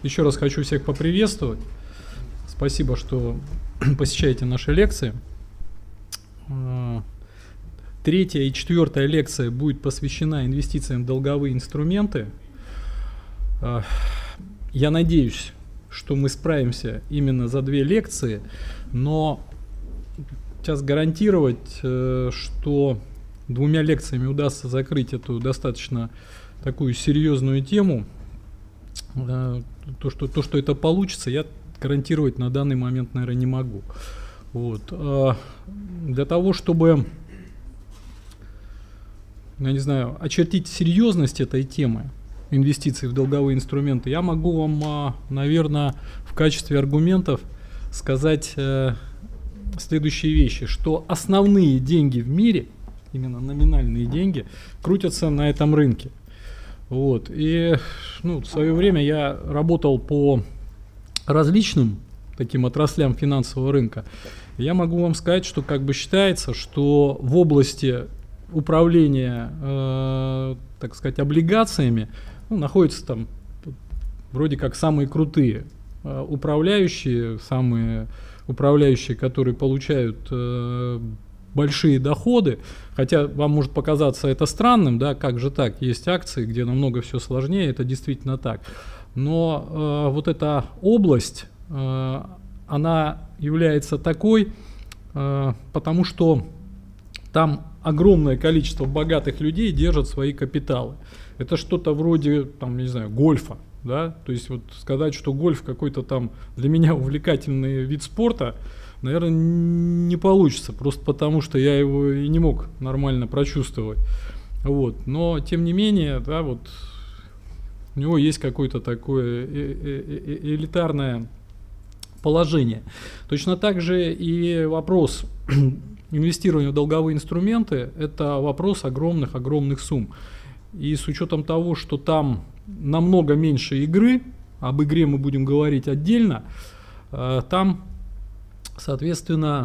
Еще раз хочу всех поприветствовать. Спасибо, что посещаете наши лекции. Третья и четвертая лекция будет посвящена инвестициям в долговые инструменты. Я надеюсь, что мы справимся именно за две лекции, но сейчас гарантировать, что двумя лекциями удастся закрыть эту достаточно такую серьезную тему, то, что это получится, я гарантировать на данный момент, наверное, не могу. Вот. Для того, чтобы, я не знаю, очертить серьезность этой темы инвестиций в долговые инструменты, я могу вам, наверное, в качестве аргументов сказать следующие вещи, что основные деньги в мире, именно номинальные деньги, крутятся на этом рынке. Вот. И в свое время я работал по различным таким отраслям финансового рынка. Я могу вам сказать, что считается, что в области управления, так сказать, облигациями находятся там вроде как самые крутые управляющие, которые получают большие доходы, хотя вам может показаться это странным, да, как же так, есть акции, где намного все сложнее, это действительно так. Но вот эта область, она является такой, потому что там огромное количество богатых людей держат свои капиталы. Это что-то вроде, не знаю, гольфа, да, то есть вот сказать, что гольф какой-то там для меня увлекательный вид спорта, наверное, не получится, просто потому что я его и не мог нормально прочувствовать. Вот. Но, тем не менее, да, вот у него есть какое-то такое элитарное положение. Точно так же и вопрос инвестирования в долговые инструменты – это вопрос огромных сумм. И с учетом того, что там намного меньше игры, об игре мы будем говорить отдельно, там, соответственно,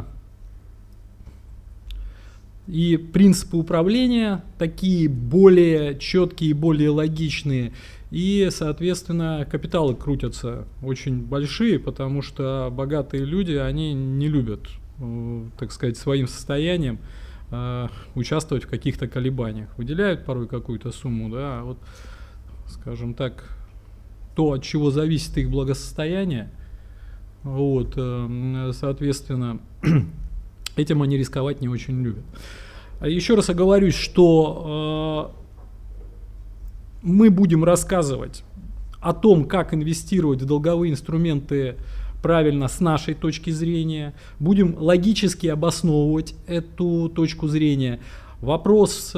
и принципы управления такие более четкие, более логичные, и, соответственно, капиталы крутятся очень большие, потому что богатые люди, они не любят, так сказать, своим состоянием участвовать в каких-то колебаниях. Выделяют порой какую-то сумму, да, а вот, скажем так, то, от чего зависит их благосостояние, вот, соответственно, этим они рисковать не очень любят. Еще раз оговорюсь, что мы будем рассказывать о том, как инвестировать в долговые инструменты правильно с нашей точки зрения. Будем логически обосновывать эту точку зрения. Вопрос,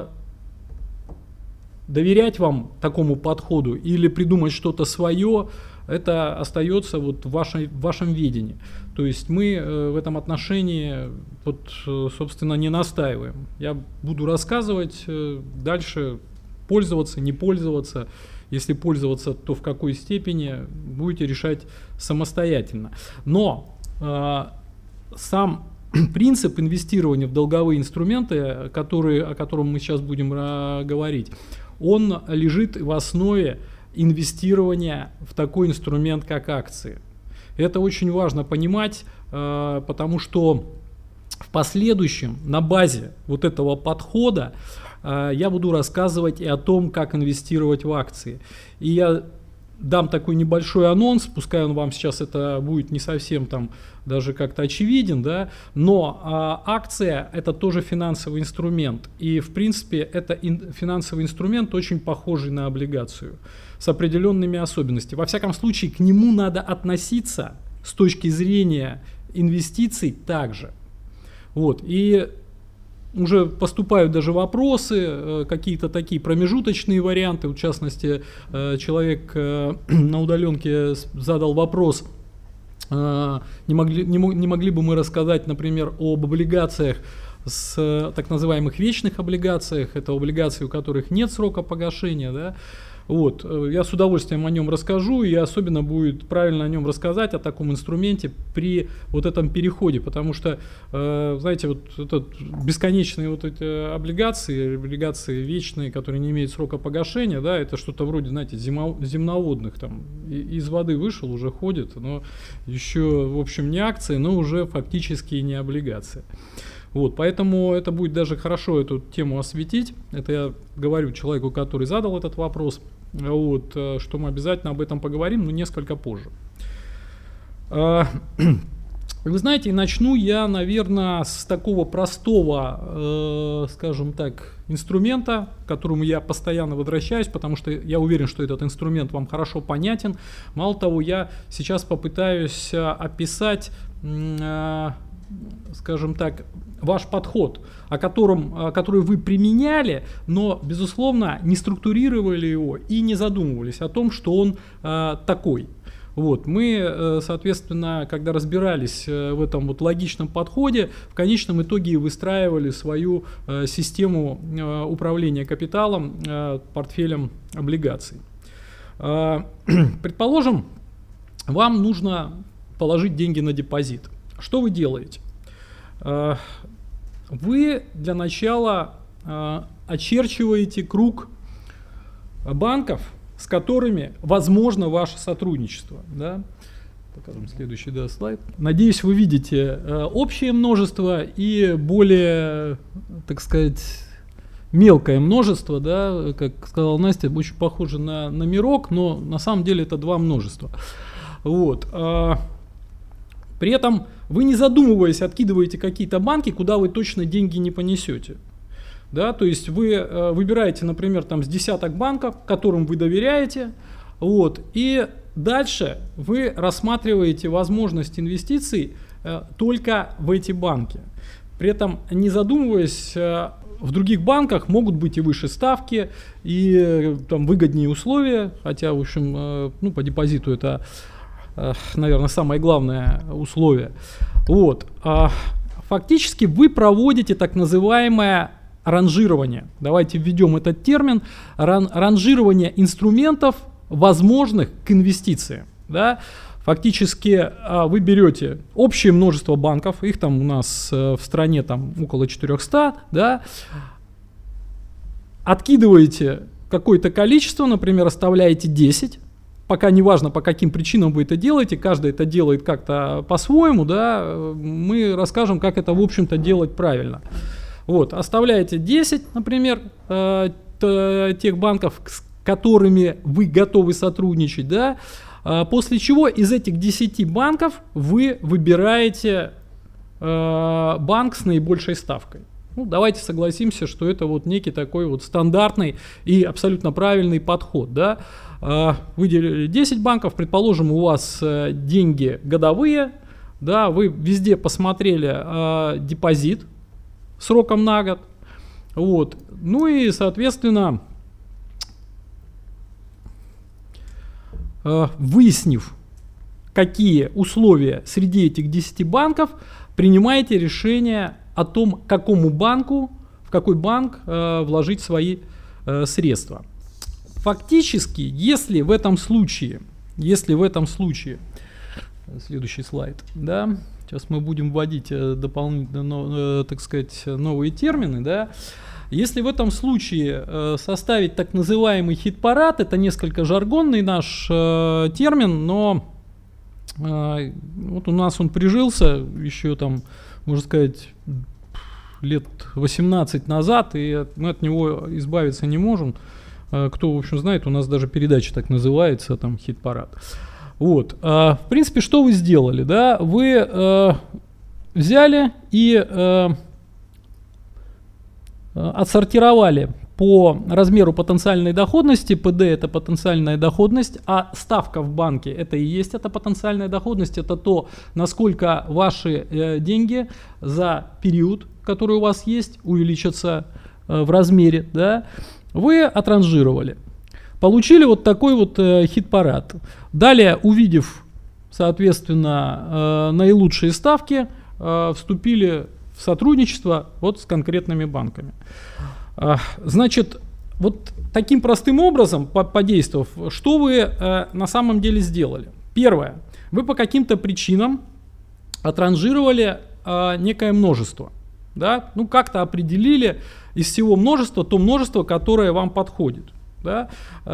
доверять вам такому подходу или придумать что-то свое, это остается вот в вашем видении. То есть мы в этом отношении, собственно, не настаиваем. Я буду рассказывать, дальше пользоваться, не пользоваться. Если пользоваться, то в какой степени, будете решать самостоятельно. Но сам принцип инвестирования в долговые инструменты, о котором мы сейчас будем говорить, он лежит в основе инвестирования в такой инструмент, как акции. Это очень важно понимать, потому что в последующем на базе вот этого подхода я буду рассказывать и о том, как инвестировать в акции. И я дам такой небольшой анонс, пускай он вам сейчас это будет не совсем там даже как-то очевиден, да, но акция – это тоже финансовый инструмент. И в принципе это финансовый инструмент, очень похожий на облигацию, с определенными особенностями. Во всяком случае, к нему надо относиться с точки зрения инвестиций также. Вот. И уже поступают даже вопросы, какие-то такие промежуточные варианты. В частности, человек на удаленке задал вопрос, не могли бы мы рассказать, например, об облигациях с так называемых вечных облигациях, это облигации, у которых нет срока погашения, да. Вот, я с удовольствием о нем расскажу, и особенно будет правильно о нем рассказать, о таком инструменте при вот этом переходе, потому что, знаете, вот этот бесконечные вот эти облигации вечные, которые не имеют срока погашения, да, это что-то вроде, знаете, земноводных, там, из воды вышел, уже ходит, но еще, в общем, не акции, но уже фактически не облигации. Вот, поэтому это будет даже хорошо эту тему осветить. Это я говорю человеку, который задал этот вопрос. Вот, что мы обязательно об этом поговорим, но несколько позже. Вы знаете, и начну я, наверное, с такого простого, скажем так, инструмента, к которому я постоянно возвращаюсь, потому что я уверен, что этот инструмент вам хорошо понятен. Мало того, я сейчас попытаюсь описать, скажем так, ваш подход, который вы применяли, но, безусловно, не структурировали его и не задумывались о том, что он такой. Вот, мы, соответственно, когда разбирались в этом вот логичном подходе, в конечном итоге выстраивали свою систему управления капиталом, портфелем облигаций. Предположим, вам нужно положить деньги на депозит. Что вы делаете? Вы для начала очерчиваете круг банков, с которыми возможно ваше сотрудничество. Да? Покажем следующий слайд. Надеюсь, вы видите общее множество и более, так сказать, мелкое множество. Да? Как сказала Настя, очень похоже на номерок, но на самом деле это два множества. Вот. При этом вы, не задумываясь, откидываете какие-то банки, куда вы точно деньги не понесете. Да, то есть вы выбираете, например, там с десяток банков, которым вы доверяете, вот, и дальше вы рассматриваете возможность инвестиций только в эти банки. При этом, не задумываясь, в других банках могут быть и выше ставки, и там выгоднее условия, хотя, в общем, ну, по депозиту это, наверное, самое главное условие. Вот. Фактически вы проводите так называемое ранжирование. Давайте введем этот термин. Ранжирование инструментов, возможных к инвестициям. Да? Фактически вы берете общее множество банков, их там у нас в стране там около 400, да? Откидываете какое-то количество, например, оставляете 10, пока неважно, по каким причинам вы это делаете, каждый это делает как-то по-своему, да, мы расскажем, как это, в общем-то, делать правильно. Вот, оставляете 10, например, тех банков, с которыми вы готовы сотрудничать, да, после чего из этих 10 банков вы выбираете банк с наибольшей ставкой. Ну, давайте согласимся, что это вот некий такой вот стандартный и абсолютно правильный подход, да. Выделили 10 банков, предположим, у вас деньги годовые, да, вы везде посмотрели депозит сроком на год, вот, ну и, соответственно, выяснив, какие условия среди этих 10 банков, принимаете решение о том, в какой банк вложить свои средства. Фактически, если в этом случае, следующий слайд, да, сейчас мы будем вводить дополнительно, так сказать, новые термины, да, если в этом случае составить так называемый хит-парад, это несколько жаргонный наш термин, но вот у нас он прижился еще там, можно сказать, лет 18 назад, и мы от него избавиться не можем. Кто, в общем, знает, у нас даже передача так называется, там, хит-парад. Вот. В принципе, что вы сделали? Да? Вы взяли и отсортировали по размеру потенциальной доходности. ПД – это потенциальная доходность, а ставка в банке – это и есть эта потенциальная доходность. Это то, насколько ваши деньги за период, который у вас есть, увеличатся в размере, да? Вы отранжировали, получили вот такой вот хит-парад. Далее, увидев, соответственно, наилучшие ставки, вступили в сотрудничество вот с конкретными банками. Значит, вот таким простым образом, подействовав, что вы на самом деле сделали? Первое. Вы по каким-то причинам отранжировали некое множество. Да? Ну, как-то определили из всего множества то множество, которое вам подходит. Да?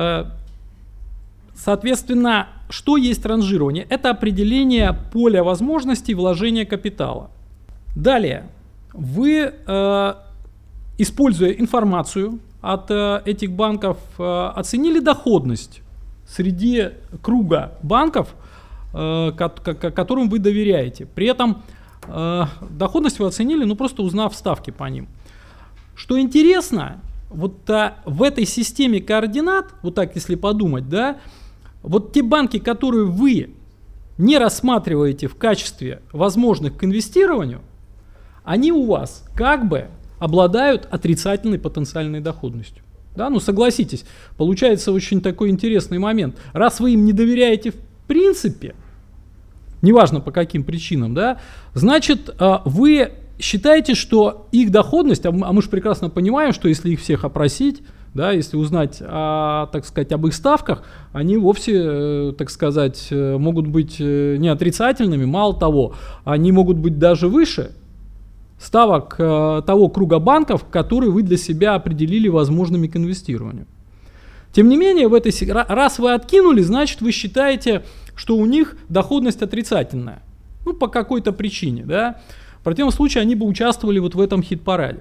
Соответственно, что есть ранжирование? Это определение поля возможностей вложения капитала. Далее, вы, используя информацию от этих банков, оценили доходность среди круга банков, которым вы доверяете. При этом доходность вы оценили, ну, просто узнав ставки по ним. Что интересно, вот в этой системе координат, вот так если подумать, да, вот те банки, которые вы не рассматриваете в качестве возможных к инвестированию, они у вас как бы обладают отрицательной потенциальной доходностью. Да, ну согласитесь, получается очень такой интересный момент. Раз вы им не доверяете в принципе, неважно по каким причинам, да, значит, вы считаете, что их доходность, а мы же прекрасно понимаем, что если их всех опросить, да, если узнать, так сказать, об их ставках, они вовсе, так сказать, могут быть не отрицательными, мало того, они могут быть даже выше ставок того круга банков, которые вы для себя определили возможными к инвестированию. Тем не менее, раз вы откинули, значит, вы считаете, что у них доходность отрицательная. Ну, по какой-то причине, да. В противном случае они бы участвовали вот в этом хит-параде.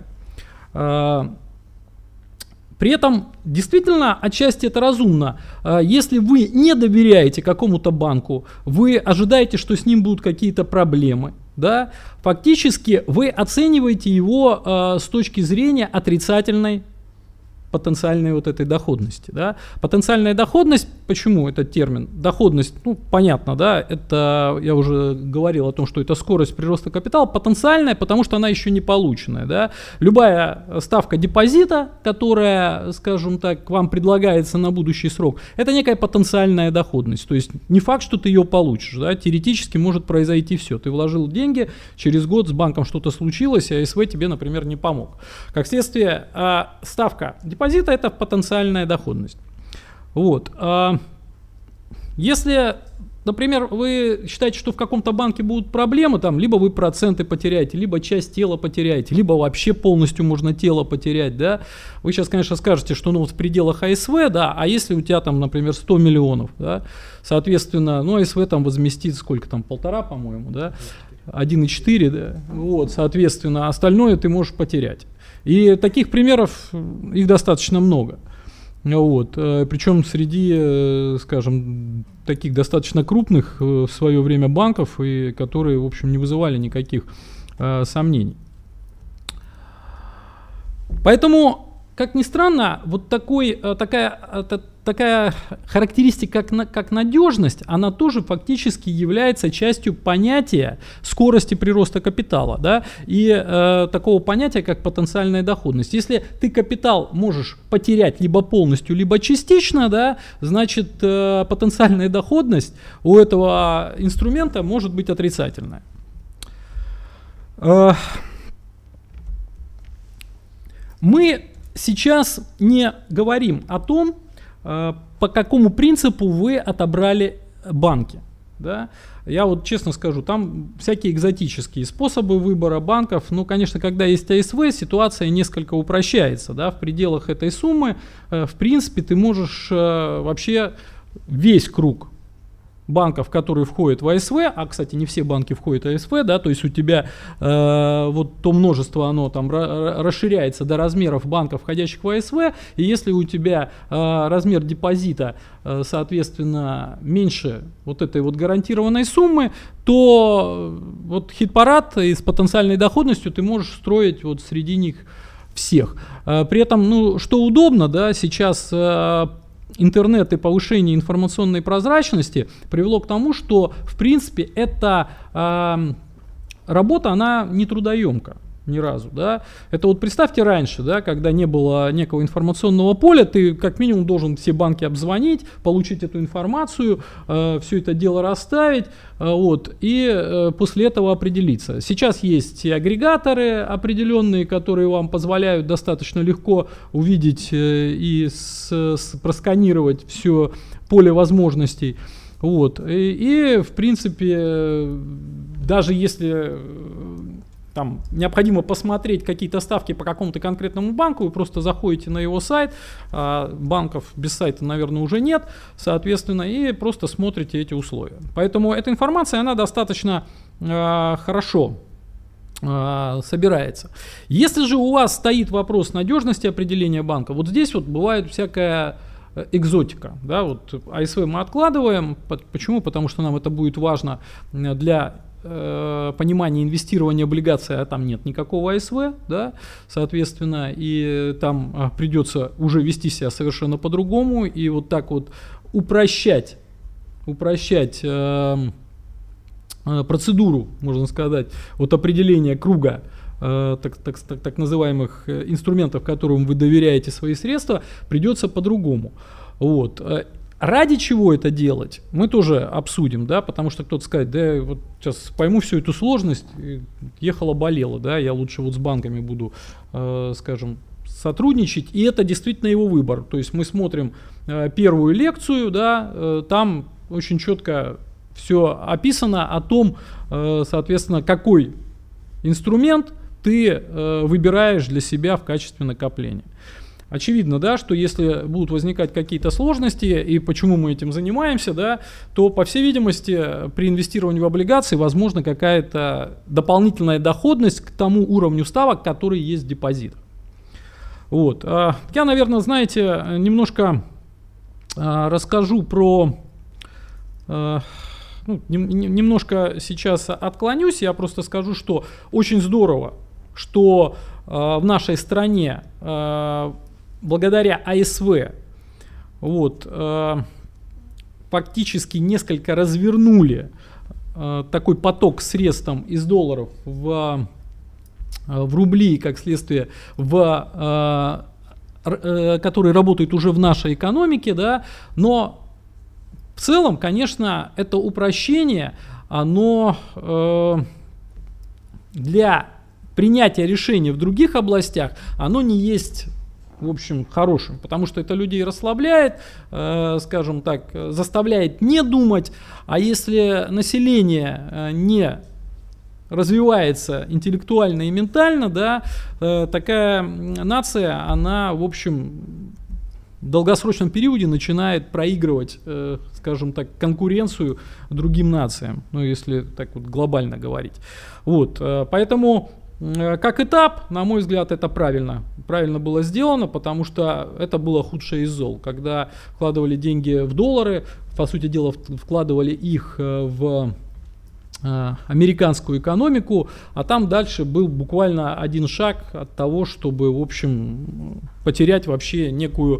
При этом, действительно, отчасти это разумно. Если вы не доверяете какому-то банку, вы ожидаете, что с ним будут какие-то проблемы, да, фактически вы оцениваете его с точки зрения отрицательной потенциальной вот этой доходности. Да. Потенциальная доходность, почему этот термин? Доходность, ну, понятно, да, это, я уже говорил о том, что это скорость прироста капитала, потенциальная, потому что она еще не полученная. Да. Любая ставка депозита, которая, скажем так, вам предлагается на будущий срок, это некая потенциальная доходность. То есть не факт, что ты ее получишь. Да. Теоретически может произойти все. Ты вложил деньги, через год с банком что-то случилось, а СВ тебе, например, не помог. Как следствие, ставка депозита — это потенциальная доходность. Вот. Если, например, вы считаете, что в каком-то банке будут проблемы, там, либо вы проценты потеряете, либо часть тела потеряете, либо вообще полностью можно тело потерять, да, вы сейчас, конечно, скажете, что ну, вот в пределах АСВ, да, а если у тебя там, например, 100 миллионов, да, соответственно, ну, АСВ там возместит сколько там, 1,5, по-моему, да, 1,4, да, вот, соответственно, остальное ты можешь потерять. И таких примеров, их достаточно много. Вот. Причем среди, скажем, таких достаточно крупных в свое время банков, и которые, в общем, не вызывали никаких сомнений. Поэтому, как ни странно, вот такая характеристика, как надежность, она тоже фактически является частью понятия скорости прироста капитала, да, и такого понятия, как потенциальная доходность. Если ты капитал можешь потерять либо полностью, либо частично, да, значит, потенциальная доходность у этого инструмента может быть отрицательная. Мы сейчас не говорим о том, по какому принципу вы отобрали банки. Да? Я вот честно скажу, там всякие экзотические способы выбора банков. Ну, конечно, когда есть АСВ, ситуация несколько упрощается. Да? В пределах этой суммы, в принципе, ты можешь вообще весь круг банков, которые входят в АСВ, а, кстати, не все банки входят в АСВ, да, то есть у тебя вот то множество, оно там расширяется до размеров банков, входящих в АСВ, и если у тебя размер депозита, соответственно, меньше вот этой вот гарантированной суммы, то вот хит-парад с потенциальной доходностью ты можешь строить вот среди них всех. При этом, ну, что удобно, да, сейчас интернет и повышение информационной прозрачности привело к тому, что, в принципе, эта работа, она не трудоемка. ни разу, да. Это вот представьте раньше, да, когда не было некого информационного поля, ты как минимум должен все банки обзвонить, получить эту информацию, все это дело расставить, вот, и после этого определиться. Сейчас есть и агрегаторы определенные, которые вам позволяют достаточно легко увидеть и просканировать все поле возможностей. Вот. И в принципе, даже если там необходимо посмотреть какие-то ставки по какому-то конкретному банку, вы просто заходите на его сайт, банков без сайта, наверное, уже нет, соответственно, и просто смотрите эти условия. Поэтому эта информация, она достаточно хорошо собирается. Если же у вас стоит вопрос надежности определения банка, вот здесь вот бывает всякая экзотика, да, вот АСВ мы откладываем, почему? Потому что нам это будет важно для понимания инвестирования облигаций, а там нет никакого АСВ, да, соответственно, и там придется уже вести себя совершенно по-другому, и вот так вот упрощать процедуру, можно сказать, вот определения круга так называемых инструментов, которым вы доверяете свои средства, придется по-другому. Вот. Ради чего это делать, мы тоже обсудим, да, потому что кто-то скажет, да, вот сейчас пойму всю эту сложность, ехала-болела, да, я лучше вот с банками буду, скажем, сотрудничать, и это действительно его выбор. То есть мы смотрим первую лекцию, да, там очень четко все описано о том, соответственно, какой инструмент ты выбираешь для себя в качестве накопления. Очевидно, да, что если будут возникать какие-то сложности, и почему мы этим занимаемся, да, то, по всей видимости, при инвестировании в облигации возможна какая-то дополнительная доходность к тому уровню ставок, который есть в депозитах. Вот. Я, наверное, знаете, немножко расскажу про... немножко сейчас отклонюсь, я просто скажу, что очень здорово, что в нашей стране благодаря АСВ вот, фактически несколько развернули такой поток средств из долларов в рубли, как следствие, которые работают уже в нашей экономике, да, но в целом, конечно, это упрощение, оно для принятия решений в других областях, оно не есть, в общем, хорошим, потому что это людей расслабляет, скажем так, заставляет не думать, а если население не развивается интеллектуально и ментально, да, такая нация, она, в общем, в долгосрочном периоде начинает проигрывать, скажем так, конкуренцию другим нациям, ну, если так вот глобально говорить. Вот, поэтому, как этап, на мой взгляд, это правильно было сделано, потому что это было худшее из зол, когда вкладывали деньги в доллары, по сути дела, вкладывали их в американскую экономику, а там дальше был буквально один шаг от того, чтобы, в общем, потерять вообще некую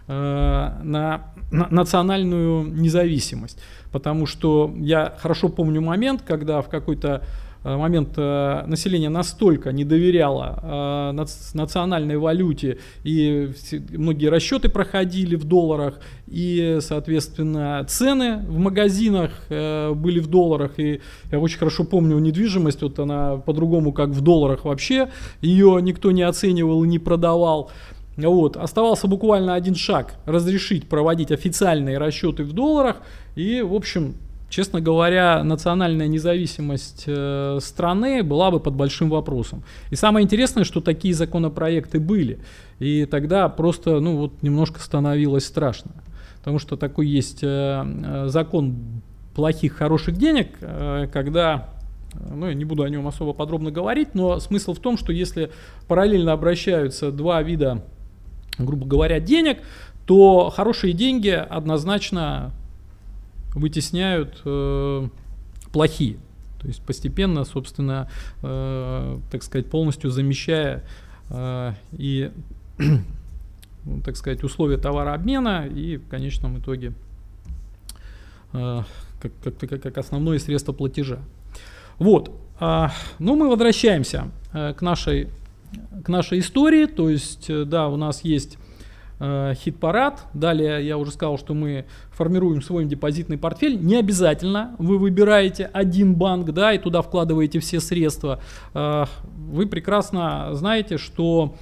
национальную независимость. Потому что я хорошо помню момент, когда в какой-то момент население настолько не доверяло национальной валюте, и многие расчеты проходили в долларах, и, соответственно, цены в магазинах были в долларах, и я очень хорошо помню недвижимость, вот она по-другому как в долларах вообще, ее никто не оценивал и не продавал. Вот. Оставался буквально один шаг разрешить проводить официальные расчеты в долларах, и, в общем, честно говоря, национальная независимость страны была бы под большим вопросом. И самое интересное, что такие законопроекты были. И тогда просто, ну, вот немножко становилось страшно. Потому что такой есть закон плохих, хороших денег, когда, ну, я не буду о нем особо подробно говорить, но смысл в том, что если параллельно обращаются два вида, грубо говоря, денег, то хорошие деньги однозначно вытесняют плохие. То есть постепенно, собственно, так сказать, полностью замещая и, так сказать, условия товарообмена и в конечном итоге как основное средство платежа. Вот. Ну, мы возвращаемся к нашей истории. То есть, да, у нас есть хит-парад. Далее я уже сказал, что мы формируем свой депозитный портфель. Не обязательно вы выбираете один банк, да, и туда вкладываете все средства. Вы прекрасно знаете, что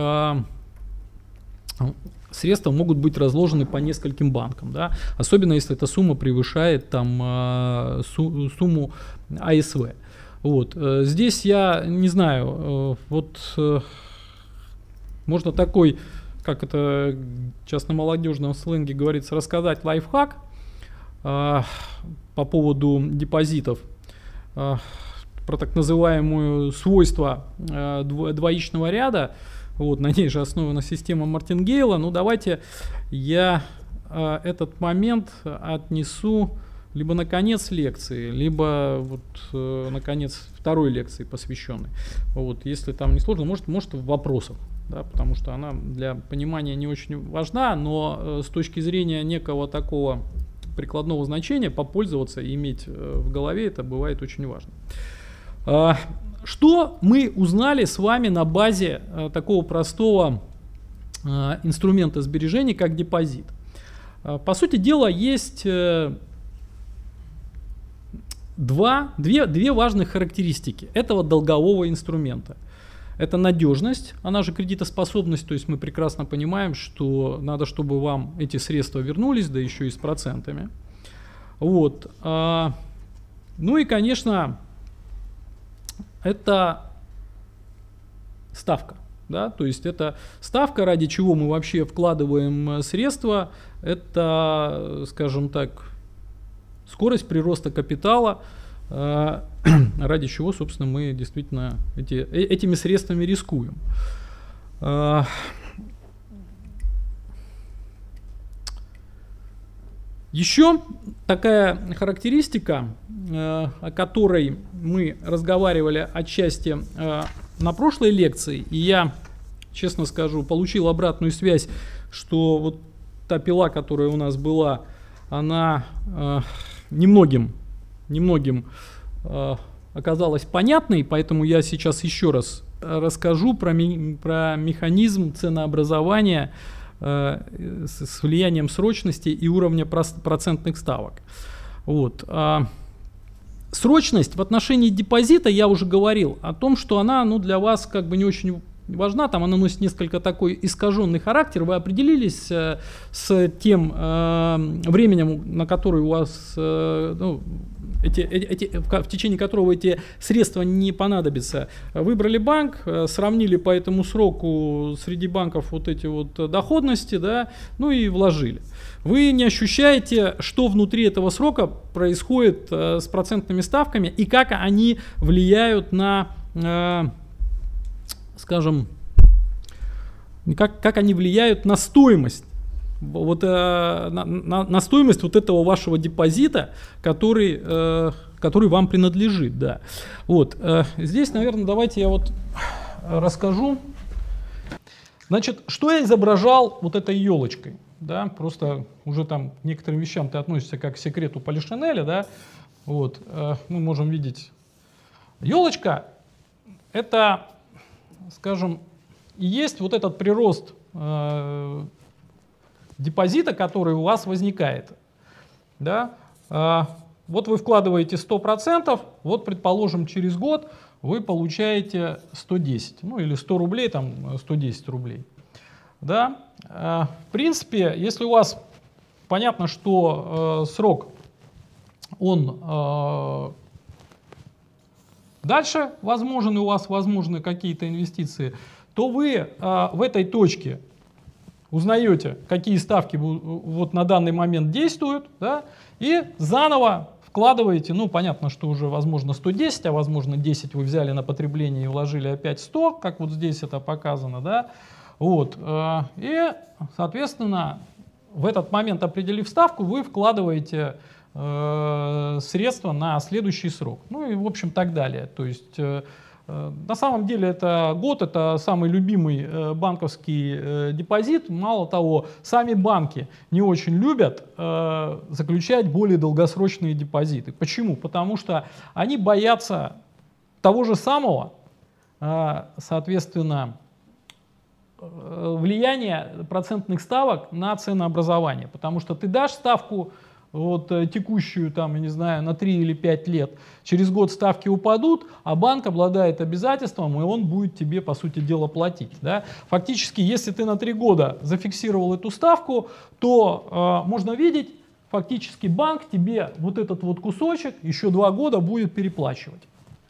средства могут быть разложены по нескольким банкам, да, особенно если эта сумма превышает там сумму АСВ. Вот. Здесь я не знаю, можно такой, как это сейчас на молодежном сленге говорится, рассказать лайфхак по поводу депозитов, про так называемое свойство двоичного ряда. Вот, на ней же основана система Мартингейла. Ну, давайте я этот момент отнесу либо на конец лекции, либо на конец второй лекции посвященной. Вот, если там не сложно, может в вопросах, да, потому что она для понимания не очень важна, но с точки зрения некого такого прикладного значения попользоваться и иметь в голове это бывает очень важно. Что мы узнали с вами на базе такого простого инструмента сбережений, как депозит? По сути дела, есть две важных характеристики этого долгового инструмента. Это надежность, она же кредитоспособность, то есть мы прекрасно понимаем, что надо, чтобы вам эти средства вернулись, да еще и с процентами. Вот. Ну и, конечно, это ставка. Да? То есть это ставка, ради чего мы вообще вкладываем средства, это, скажем так, скорость прироста капитала, ради чего, собственно, мы действительно этими средствами рискуем. Еще такая характеристика, о которой мы разговаривали отчасти на прошлой лекции, и я, честно скажу, получил обратную связь, что вот та пила, которая у нас была, она немногим оказалась понятной, поэтому я сейчас еще раз расскажу про механизм ценообразования с влиянием срочности и уровня процентных ставок. Вот. Срочность в отношении депозита, я уже говорил о том, что она для вас как бы не очень важна, там она носит несколько такой искаженный характер. Вы определились с тем временем, на которое у вас, в течение которого эти средства не понадобятся. Выбрали банк, сравнили по этому сроку среди банков вот эти вот доходности, да, ну и вложили. Вы не ощущаете, что внутри этого срока происходит с процентными ставками и как они влияют на, скажем, как они влияют на стоимость. Вот, на стоимость вот этого вашего депозита, который вам принадлежит. Да. Вот, здесь, наверное, давайте я вот расскажу. Значит, что я изображал вот этой елочкой? Да? Просто уже там к некоторым вещам ты относишься как к секрету Полишинеля. Да? Вот, мы можем видеть. Елочка — это, скажем, и есть вот этот прирост депозита, который у вас возникает. Да? Вот вы вкладываете 100%, вот, предположим, через год вы получаете 110, ну или 100 рублей, там 110 рублей. Да? В принципе, если у вас понятно, что срок, он дальше возможен, и у вас возможны какие-то инвестиции, то вы в этой точке узнаете, какие ставки вот на данный момент действуют, да, и заново вкладываете, ну, понятно, что уже, возможно, 110, а возможно, 10 вы взяли на потребление и вложили опять 100, как вот здесь это показано, да, вот, и, соответственно, в этот момент, определив ставку, вы вкладываете средства на следующий срок, ну, и, в общем, так далее, то есть... На самом деле это год, это самый любимый банковский депозит. Мало того, сами банки не очень любят заключать более долгосрочные депозиты. Почему? Потому что они боятся того же самого, соответственно, влияние процентных ставок на ценообразование. Потому что ты дашь ставку вот, текущую, там, я не знаю, на 3 или 5 лет, через год ставки упадут, а банк обладает обязательством, и он будет тебе, по сути дела, платить. Да? Фактически, если ты на 3 года зафиксировал эту ставку, то можно видеть, фактически банк тебе вот этот вот кусочек еще 2 года будет переплачивать.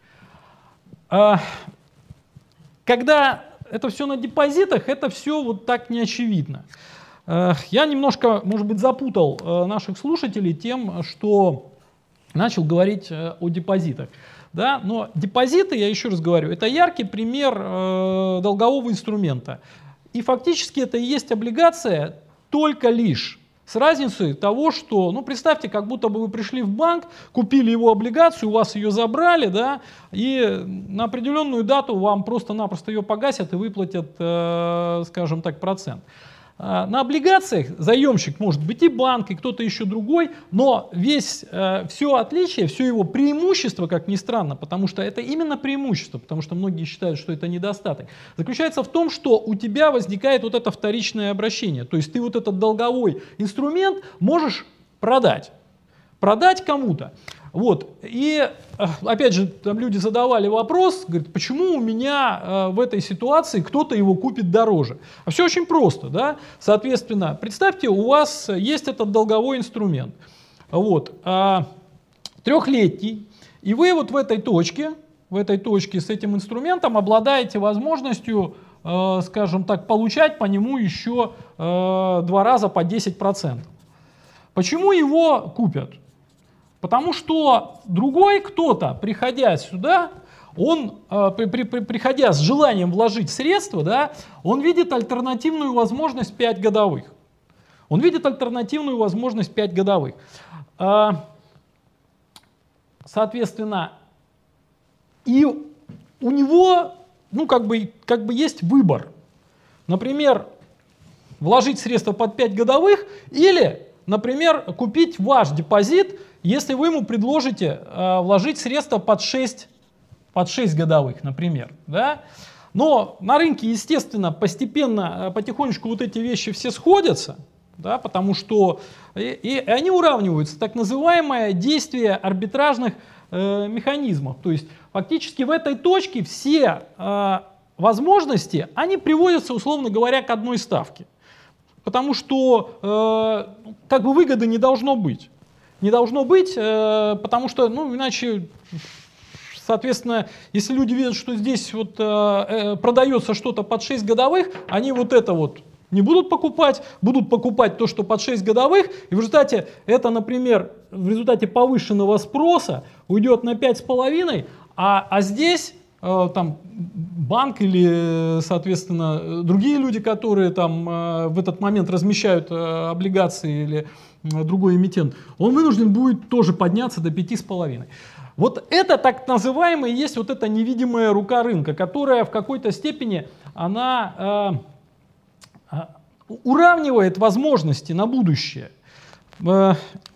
Когда это все на депозитах, это все вот так не очевидно. Я немножко, может быть, запутал наших слушателей тем, что начал говорить о депозитах. Да? Но депозиты, я еще раз говорю, это яркий пример долгового инструмента. И фактически это и есть облигация только лишь с разницей того, что, ну, представьте, как будто бы вы пришли в банк, купили его облигацию, у вас ее забрали, да, и на определенную дату вам просто-напросто ее погасят и выплатят, скажем так, процент. На облигациях заемщик может быть и банк, и кто-то еще другой, но все отличие, все его преимущество, как ни странно, потому что это именно преимущество, потому что многие считают, что это недостаток, заключается в том, что у тебя возникает вот это вторичное обращение. То есть ты вот этот долговой инструмент можешь продать кому-то. Вот. И опять же, там люди задавали вопрос, говорят, почему у меня в этой ситуации кто-то его купит дороже? А все очень просто, да? Соответственно, представьте, у вас есть этот долговой инструмент, вот, 3-летний, и вы вот в этой точке с этим инструментом обладаете возможностью, скажем так, получать по нему еще 2 раза по 10%. Почему его купят? Потому что другой кто-то, приходя сюда, он, приходя с желанием вложить средства, да, он видит альтернативную возможность 5 годовых. Он видит альтернативную возможность 5 годовых. Соответственно, и у него, ну, как бы есть выбор. Например, вложить средства под 5 годовых или, например, купить ваш депозит, если вы ему предложите вложить средства под 6 годовых, например. Да? Но на рынке, естественно, постепенно, потихонечку вот эти вещи все сходятся, да, потому что и они уравниваются, так называемое действие арбитражных механизмов. То есть фактически в этой точке все возможности, они приводятся, условно говоря, к одной ставке. Потому что как бы выгоды не должно быть. Не должно быть, потому что, ну, иначе, соответственно, если люди видят, что здесь вот продается что-то под 6 годовых, они вот это вот не будут покупать то, что под 6 годовых, и в результате это, например, в результате повышенного спроса уйдет на 5,5, а здесь там банк или, соответственно, другие люди, которые там в этот момент размещают облигации или другой эмитент, он вынужден будет тоже подняться до 5,5. Вот это так называемая есть вот эта невидимая рука рынка, которая в какой-то степени она уравнивает возможности на будущее. Вот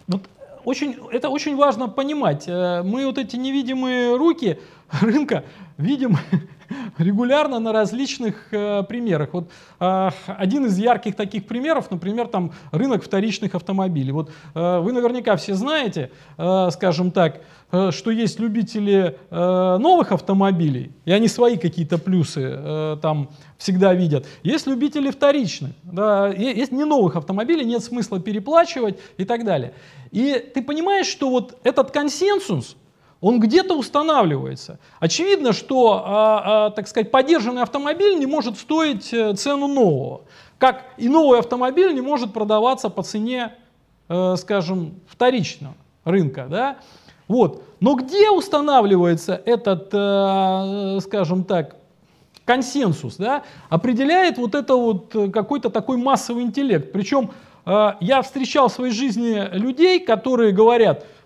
это очень важно понимать. Мы вот эти невидимые руки рынка видим регулярно на различных примерах. Вот один из ярких таких примеров, например, там рынок вторичных автомобилей. Вот вы наверняка все знаете, скажем так, что есть любители новых автомобилей, и они свои какие-то плюсы там всегда видят. Есть любители вторичных, да, есть не новых автомобилей, нет смысла переплачивать и так далее. И ты понимаешь, что вот этот консенсус, он где-то устанавливается. Очевидно, что, так сказать, подержанный автомобиль не может стоить цену нового, как и новый автомобиль не может продаваться по цене, скажем, вторичного рынка. Да? Вот. Но где устанавливается этот, скажем так, консенсус, да? Определяет вот это вот какой-то такой массовый интеллект. Причем я встречал в своей жизни людей, которые говорят: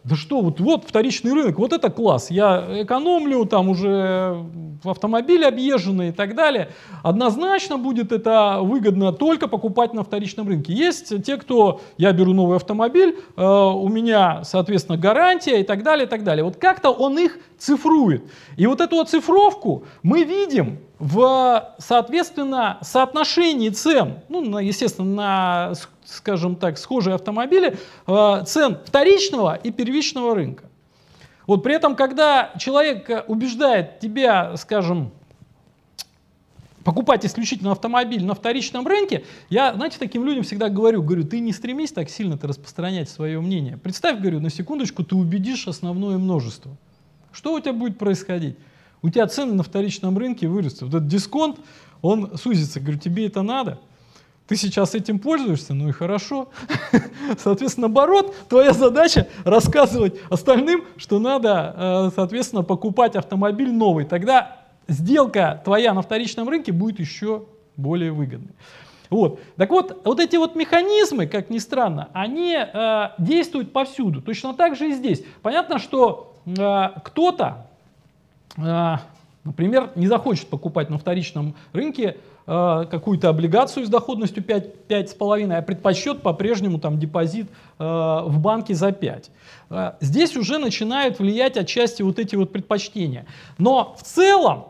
да что, вот вторичный рынок, вот это класс, я экономлю, там уже в автомобиле объезженный и так далее. Однозначно будет это выгодно только покупать на вторичном рынке. Есть те, кто, я беру новый автомобиль, у меня, соответственно, гарантия и так далее, и так далее. Вот как-то он их цифрует. И вот эту цифровку мы видим в, соответственно, соотношении цен, ну, естественно, на, скажем так, схожие автомобили, цен вторичного и первичного рынка. Вот при этом, когда человек убеждает тебя, скажем, покупать исключительно автомобиль на вторичном рынке, я, знаете, таким людям всегда говорю, ты не стремись так сильно-то распространять свое мнение. Представь, говорю, на секундочку ты убедишь основное множество. Что у тебя будет происходить? У тебя цены на вторичном рынке вырастут. Вот этот дисконт, он сузится. Говорю, тебе это надо? Ты сейчас этим пользуешься? Ну и хорошо. Соответственно, наоборот, твоя задача рассказывать остальным, что надо, соответственно, покупать автомобиль новый. Тогда сделка твоя на вторичном рынке будет еще более выгодной. Вот. Так вот, вот эти вот механизмы, как ни странно, они действуют повсюду. Точно так же и здесь. Понятно, что кто-то, например, не захочет покупать на вторичном рынке какую-то облигацию с доходностью 5,5, а предпочтет по-прежнему там депозит в банке за 5. Здесь уже начинают влиять отчасти вот эти вот предпочтения. Но в целом,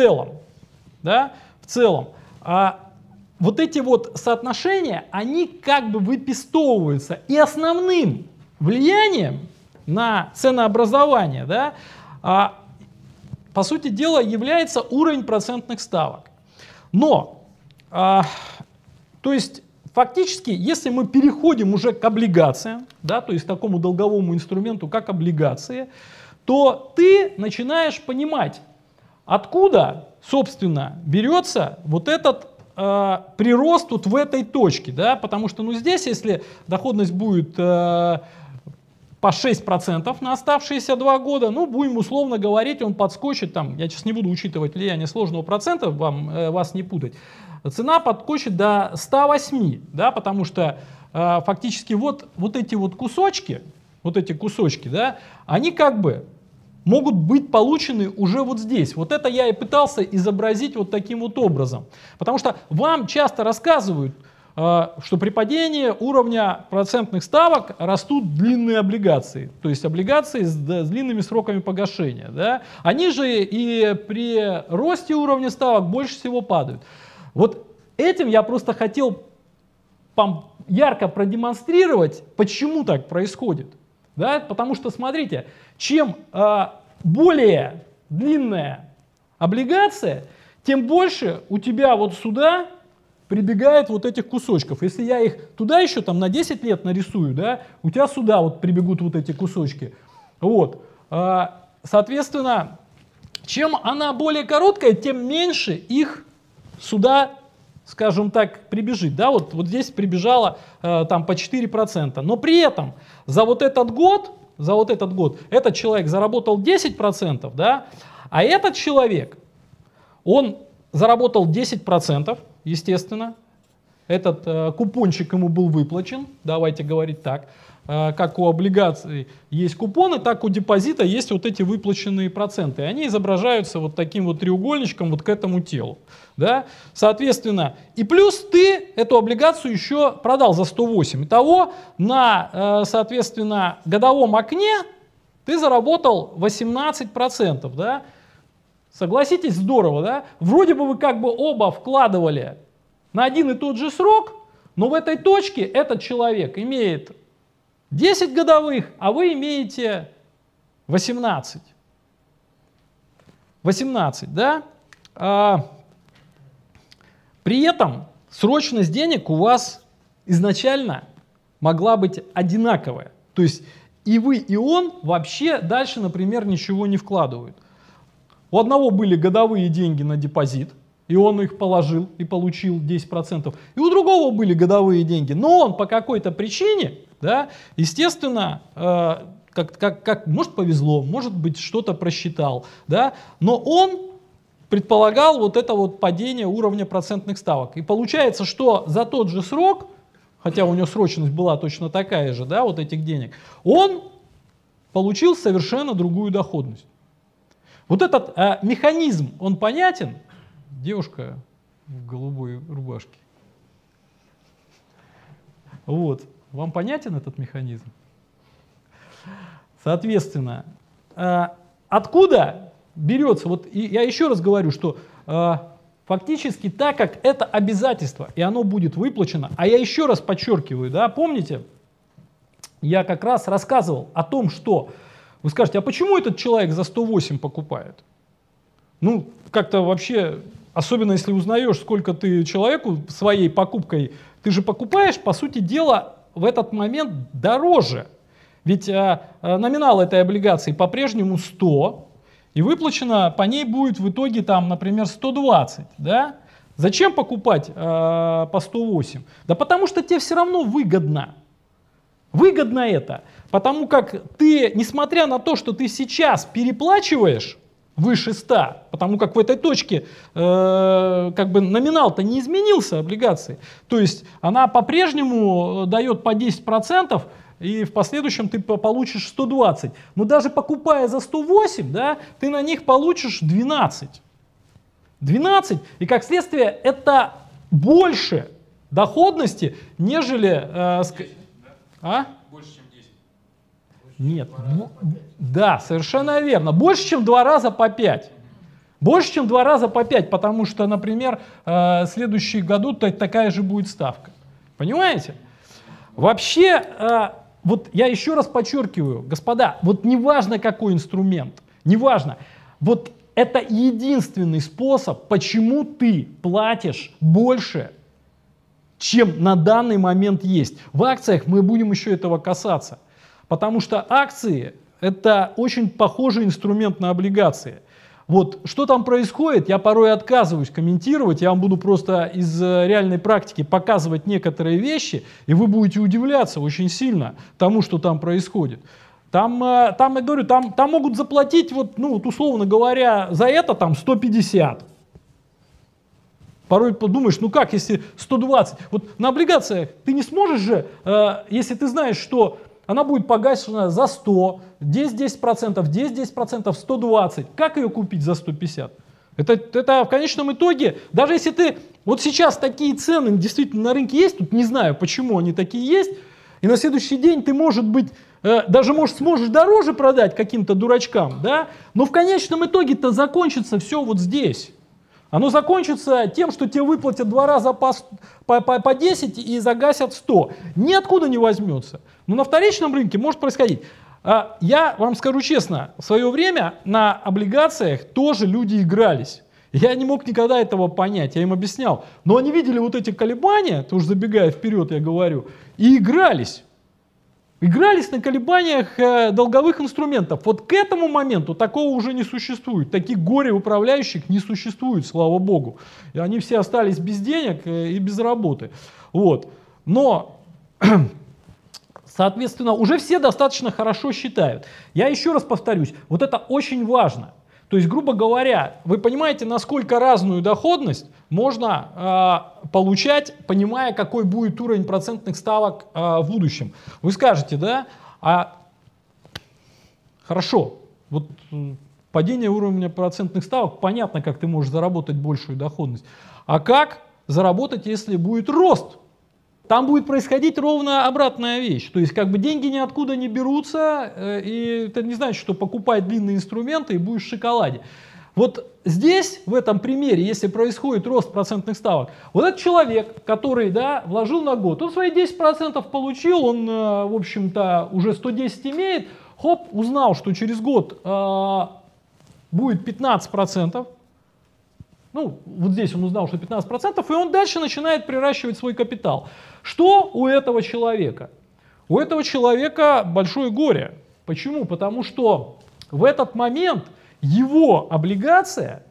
вот эти вот соотношения, они как бы выпистовываются. И основным влиянием на ценообразование, да, по сути дела, является уровень процентных ставок. Но, то есть, фактически, если мы переходим уже к облигациям, да, то есть такому долговому инструменту, как облигации, то ты начинаешь понимать, откуда, собственно, берется вот этот прирост вот в этой точке. Да, потому что, ну, здесь, если доходность будет по 6% на оставшиеся 2 года, ну, будем условно говорить, он подскочит, там, я сейчас не буду учитывать влияние сложного процента, вас не путать, цена подскочит до 108, да, потому что фактически вот эти вот кусочки, да, они как бы могут быть получены уже вот здесь. Вот это я и пытался изобразить вот таким вот образом. Потому что вам часто рассказывают, что при падении уровня процентных ставок растут длинные облигации, то есть облигации с длинными сроками погашения. Да? Они же и при росте уровня ставок больше всего падают. Вот этим я просто хотел ярко продемонстрировать, почему так происходит. Да? Потому что, смотрите, чем более длинная облигация, тем больше у тебя вот сюда прибегает вот этих кусочков. Если я их туда еще там на 10 лет нарисую, да, у тебя сюда вот прибегут вот эти кусочки. Вот. Соответственно, чем она более короткая, тем меньше их сюда, скажем так, прибежит. Да, вот здесь прибежало там по 4%. Но при этом за вот этот год этот человек заработал 10%, да, а этот человек, он заработал 10%, естественно. Этот купончик ему был выплачен, давайте говорить так. Как у облигаций есть купоны, так у депозита есть вот эти выплаченные проценты. Они изображаются вот таким вот треугольничком вот к этому телу. Да? Соответственно, и плюс ты эту облигацию еще продал за 108. Итого на, соответственно, годовом окне ты заработал 18%. Да? Согласитесь, здорово, да? Вроде бы вы как бы оба вкладывали на один и тот же срок, но в этой точке этот человек имеет 10 годовых, а вы имеете 18. 18, да? При этом срочность денег у вас изначально могла быть одинаковая. То есть и вы, и он вообще дальше, например, ничего не вкладывают. У одного были годовые деньги на депозит, и он их положил и получил 10%. И у другого были годовые деньги, но он по какой-то причине, да, естественно, может повезло, может быть что-то просчитал, да, но он предполагал вот это вот падение уровня процентных ставок. И получается, что за тот же срок, хотя у него срочность была точно такая же, да, вот этих денег, он получил совершенно другую доходность. Вот этот механизм, он понятен? Девушка в голубой рубашке. Вот. Вам понятен этот механизм? Соответственно, откуда берется, вот я еще раз говорю, что фактически так как это обязательство, и оно будет выплачено, а я еще раз подчеркиваю, да, помните, я как раз рассказывал о том, что вы скажете, а почему этот человек за 108 покупает? Ну, как-то вообще, особенно если узнаешь, сколько ты человеку своей покупкой, ты же покупаешь, по сути дела, в этот момент дороже. Ведь номинал этой облигации по-прежнему 100, и выплачено по ней будет в итоге, там, например, 120. Да? Зачем покупать по 108? Да потому что тебе все равно выгодно. Выгодно это, потому как ты, несмотря на то, что ты сейчас переплачиваешь выше 100, потому как в этой точке как бы номинал-то не изменился облигации, то есть она по-прежнему дает по 10%, и в последующем ты получишь 120. Но даже покупая за 108, да, ты на них получишь 12. 12, и как следствие это больше доходности, нежели... Больше, чем 10. Нет, да, совершенно верно. Больше, чем 2 раза по 5. Больше, чем 2 раза по 5, потому что, например, в следующем году такая же будет ставка. Понимаете? Вообще, вот я еще раз подчеркиваю, господа, вот неважно какой инструмент, неважно, вот это единственный способ, почему ты платишь больше, чем на данный момент есть. В акциях мы будем еще этого касаться, потому что акции – это очень похожий инструмент на облигации. Вот что там происходит, я порой отказываюсь комментировать, я вам буду просто из реальной практики показывать некоторые вещи, и вы будете удивляться очень сильно тому, что там происходит. Там я говорю, там могут заплатить, вот, ну, вот условно говоря, за это там 150. Порой подумаешь, ну как, если 120? Вот на облигациях ты не сможешь же, если ты знаешь, что она будет погашена за 100, здесь 10%, здесь 10%, 120. Как ее купить за 150? Это в конечном итоге, даже если ты, вот сейчас такие цены действительно на рынке есть, тут не знаю, почему они такие есть, и на следующий день ты, может быть, даже, может, сможешь дороже продать каким-то дурачкам, да? Но в конечном итоге-то закончится все вот здесь. Оно закончится тем, что тебе выплатят 2 раза по 10 и загасят 100. Ниоткуда не возьмется. Но на вторичном рынке может происходить. Я вам скажу честно, в свое время на облигациях тоже люди игрались. Я не мог никогда этого понять, я им объяснял. Но они видели вот эти колебания, тоже забегая вперед, я говорю, и игрались. Игрались на колебаниях долговых инструментов. Вот к этому моменту такого уже не существует. Таких горе-управляющих не существует, слава богу. И они все остались без денег и без работы. Вот. Но, соответственно, уже все достаточно хорошо считают. Я еще раз повторюсь, вот это очень важно. То есть, грубо говоря, вы понимаете, насколько разную доходность можно получать, понимая, какой будет уровень процентных ставок в будущем. Вы скажете, да, хорошо, вот падение уровня процентных ставок, понятно, как ты можешь заработать большую доходность. А как заработать, если будет рост? Там будет происходить ровно обратная вещь. То есть как бы деньги ниоткуда не берутся, и это не значит, что покупай длинные инструменты и будешь в шоколаде. Вот здесь, в этом примере, если происходит рост процентных ставок, вот этот человек, который, да, вложил на год, он свои 10% получил, он, в общем-то, уже 110 имеет, хоп, узнал, что через год будет 15%, ну, вот здесь он узнал, что 15%, и он дальше начинает приращивать свой капитал. Что у этого человека? У этого человека большое горе. Почему? Потому что в этот момент его облигация,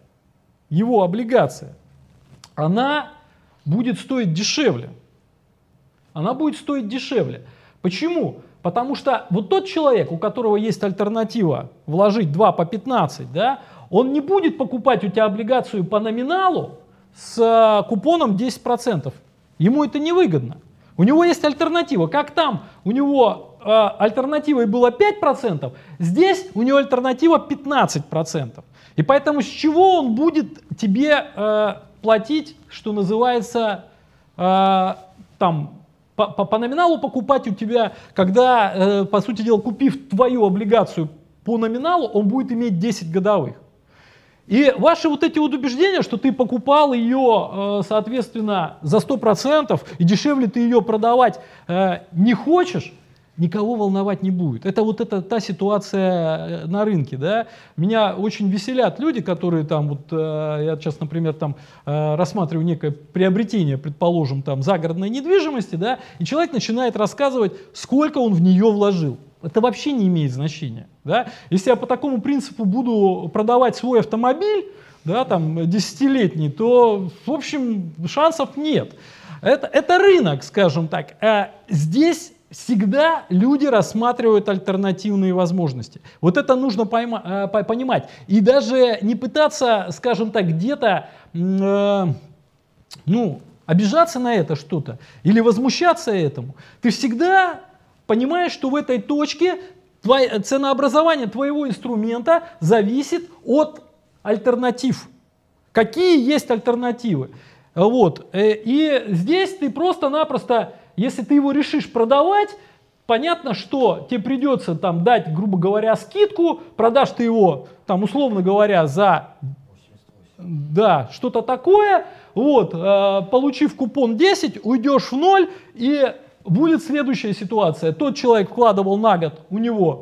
она будет стоить дешевле. Она будет стоить дешевле. Почему? Потому что вот тот человек, у которого есть альтернатива вложить 2 по 15, да, он не будет покупать у тебя облигацию по номиналу с купоном 10%. Ему это невыгодно. У него есть альтернатива. Как там у него альтернативой было 5%, здесь у него альтернатива 15%. И поэтому с чего он будет тебе платить, что называется, там, по номиналу покупать у тебя, когда, по сути дела, купив твою облигацию по номиналу, он будет иметь 10 годовых. И ваши вот эти вот убеждения, что ты покупал ее, соответственно, за 100%, и дешевле ты ее продавать не хочешь, никого волновать не будет. Это вот та ситуация на рынке, да. Меня очень веселят люди, которые там, вот я сейчас, например, там рассматриваю некое приобретение, предположим, там загородной недвижимости, да, и человек начинает рассказывать, сколько он в нее вложил. Это вообще не имеет значения, да. Если я по такому принципу буду продавать свой автомобиль, да, там, 10-летний, то, в общем, шансов нет. Это рынок, скажем так. Здесь всегда люди рассматривают альтернативные возможности. Вот это нужно понимать. И даже не пытаться, скажем так, где-то обижаться на это что-то или возмущаться этому. Ты всегда понимаешь, что в этой точке ценообразование твоего инструмента зависит от альтернатив. Какие есть альтернативы? Вот. И здесь ты просто-напросто, если ты его решишь продавать, понятно, что тебе придется там дать, грубо говоря, скидку, продашь ты его, там, условно говоря, за что-то такое, вот, получив купон 10, уйдешь в 0, и будет следующая ситуация. Тот человек вкладывал на год, у него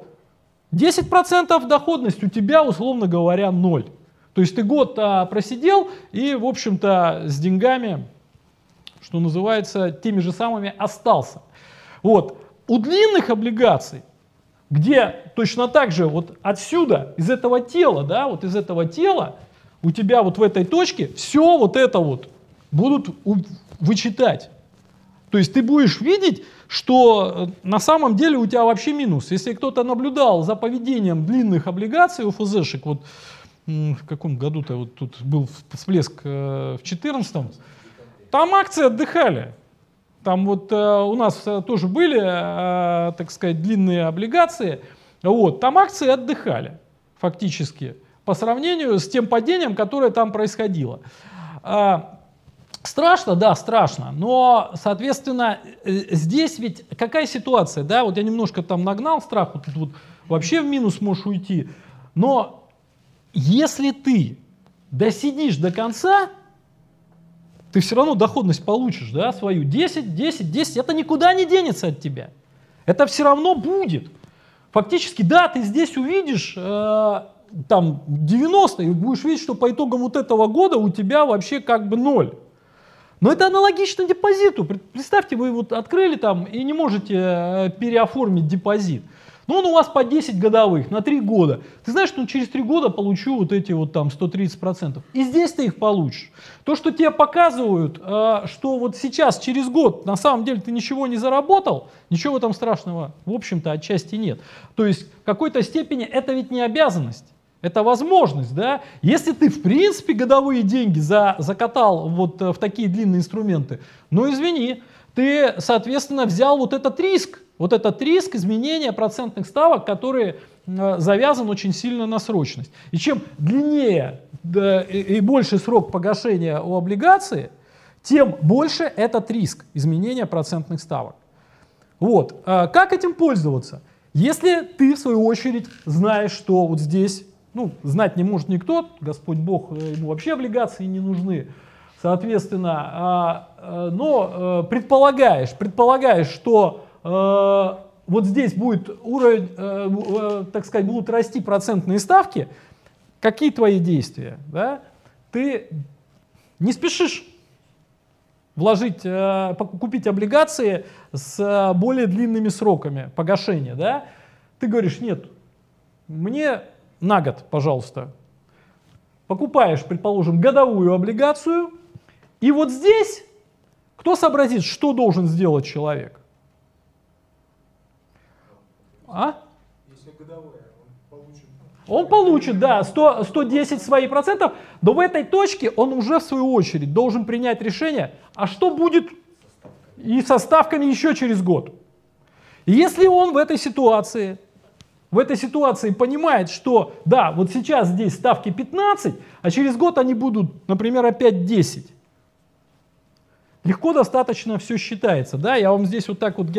10% доходность, у тебя, условно говоря, 0. То есть ты год просидел и, в общем-то, с деньгами, что называется, теми же самыми остался. Вот. У длинных облигаций, где точно так же вот отсюда, из этого тела, да, вот из этого тела, у тебя вот в этой точке все вот это вот будут вычитать. То есть ты будешь видеть, что на самом деле у тебя вообще минус. Если кто-то наблюдал за поведением длинных облигаций ОФЗшек, вот в каком году-то вот тут был всплеск в 2014-м, там акции отдыхали. Там вот у нас тоже были, так сказать, длинные облигации. Вот, там акции отдыхали фактически по сравнению с тем падением, которое там происходило. Страшно, да, страшно, но, соответственно, здесь ведь какая ситуация, да, вот я немножко там нагнал страх, вот тут вот вообще в минус можешь уйти, но если ты досидишь до конца, ты все равно доходность получишь, да, свою 10, 10, 10, это никуда не денется от тебя, это все равно будет. Фактически, да, ты здесь увидишь там 90 и будешь видеть, что по итогам вот этого года у тебя вообще как бы 0. Но это аналогично депозиту. Представьте, вы вот открыли там и не можете переоформить депозит. Но он у вас по 10 годовых, на 3 года. Ты знаешь, что через 3 года получу вот эти вот там 130%. И здесь ты их получишь. То, что тебе показывают, что вот сейчас, через год, на самом деле ты ничего не заработал, ничего в этом страшного, в общем-то, отчасти нет. То есть в какой-то степени это ведь не обязанность. Это возможность, да? Если ты, в принципе, годовые деньги закатал вот в такие длинные инструменты, ну, извини, ты, соответственно, взял вот этот риск изменения процентных ставок, который завязан очень сильно на срочность. И чем длиннее и больше срок погашения у облигации, тем больше этот риск изменения процентных ставок. Вот. Как этим пользоваться? Если ты, в свою очередь, знаешь, что вот здесь, ну, знать не может никто, Господь Бог, ему вообще облигации не нужны, соответственно, но предполагаешь, что вот здесь будет уровень, так сказать, будут расти процентные ставки, какие твои действия? Да? Ты не спешишь купить облигации с более длинными сроками погашения. Да? Ты говоришь, нет, мне на год, пожалуйста. Покупаешь, предположим, годовую облигацию, и вот здесь кто сообразит, что должен сделать человек? Если годовая, он получит, да, 110 своих процентов, но в этой точке он уже в свою очередь должен принять решение, а что будет и со ставками еще через год. И если он в этой ситуации понимает, что да, вот сейчас здесь ставки 15, а через год они будут, например, опять 10. Легко достаточно все считается. Да? Я вам здесь вот так вот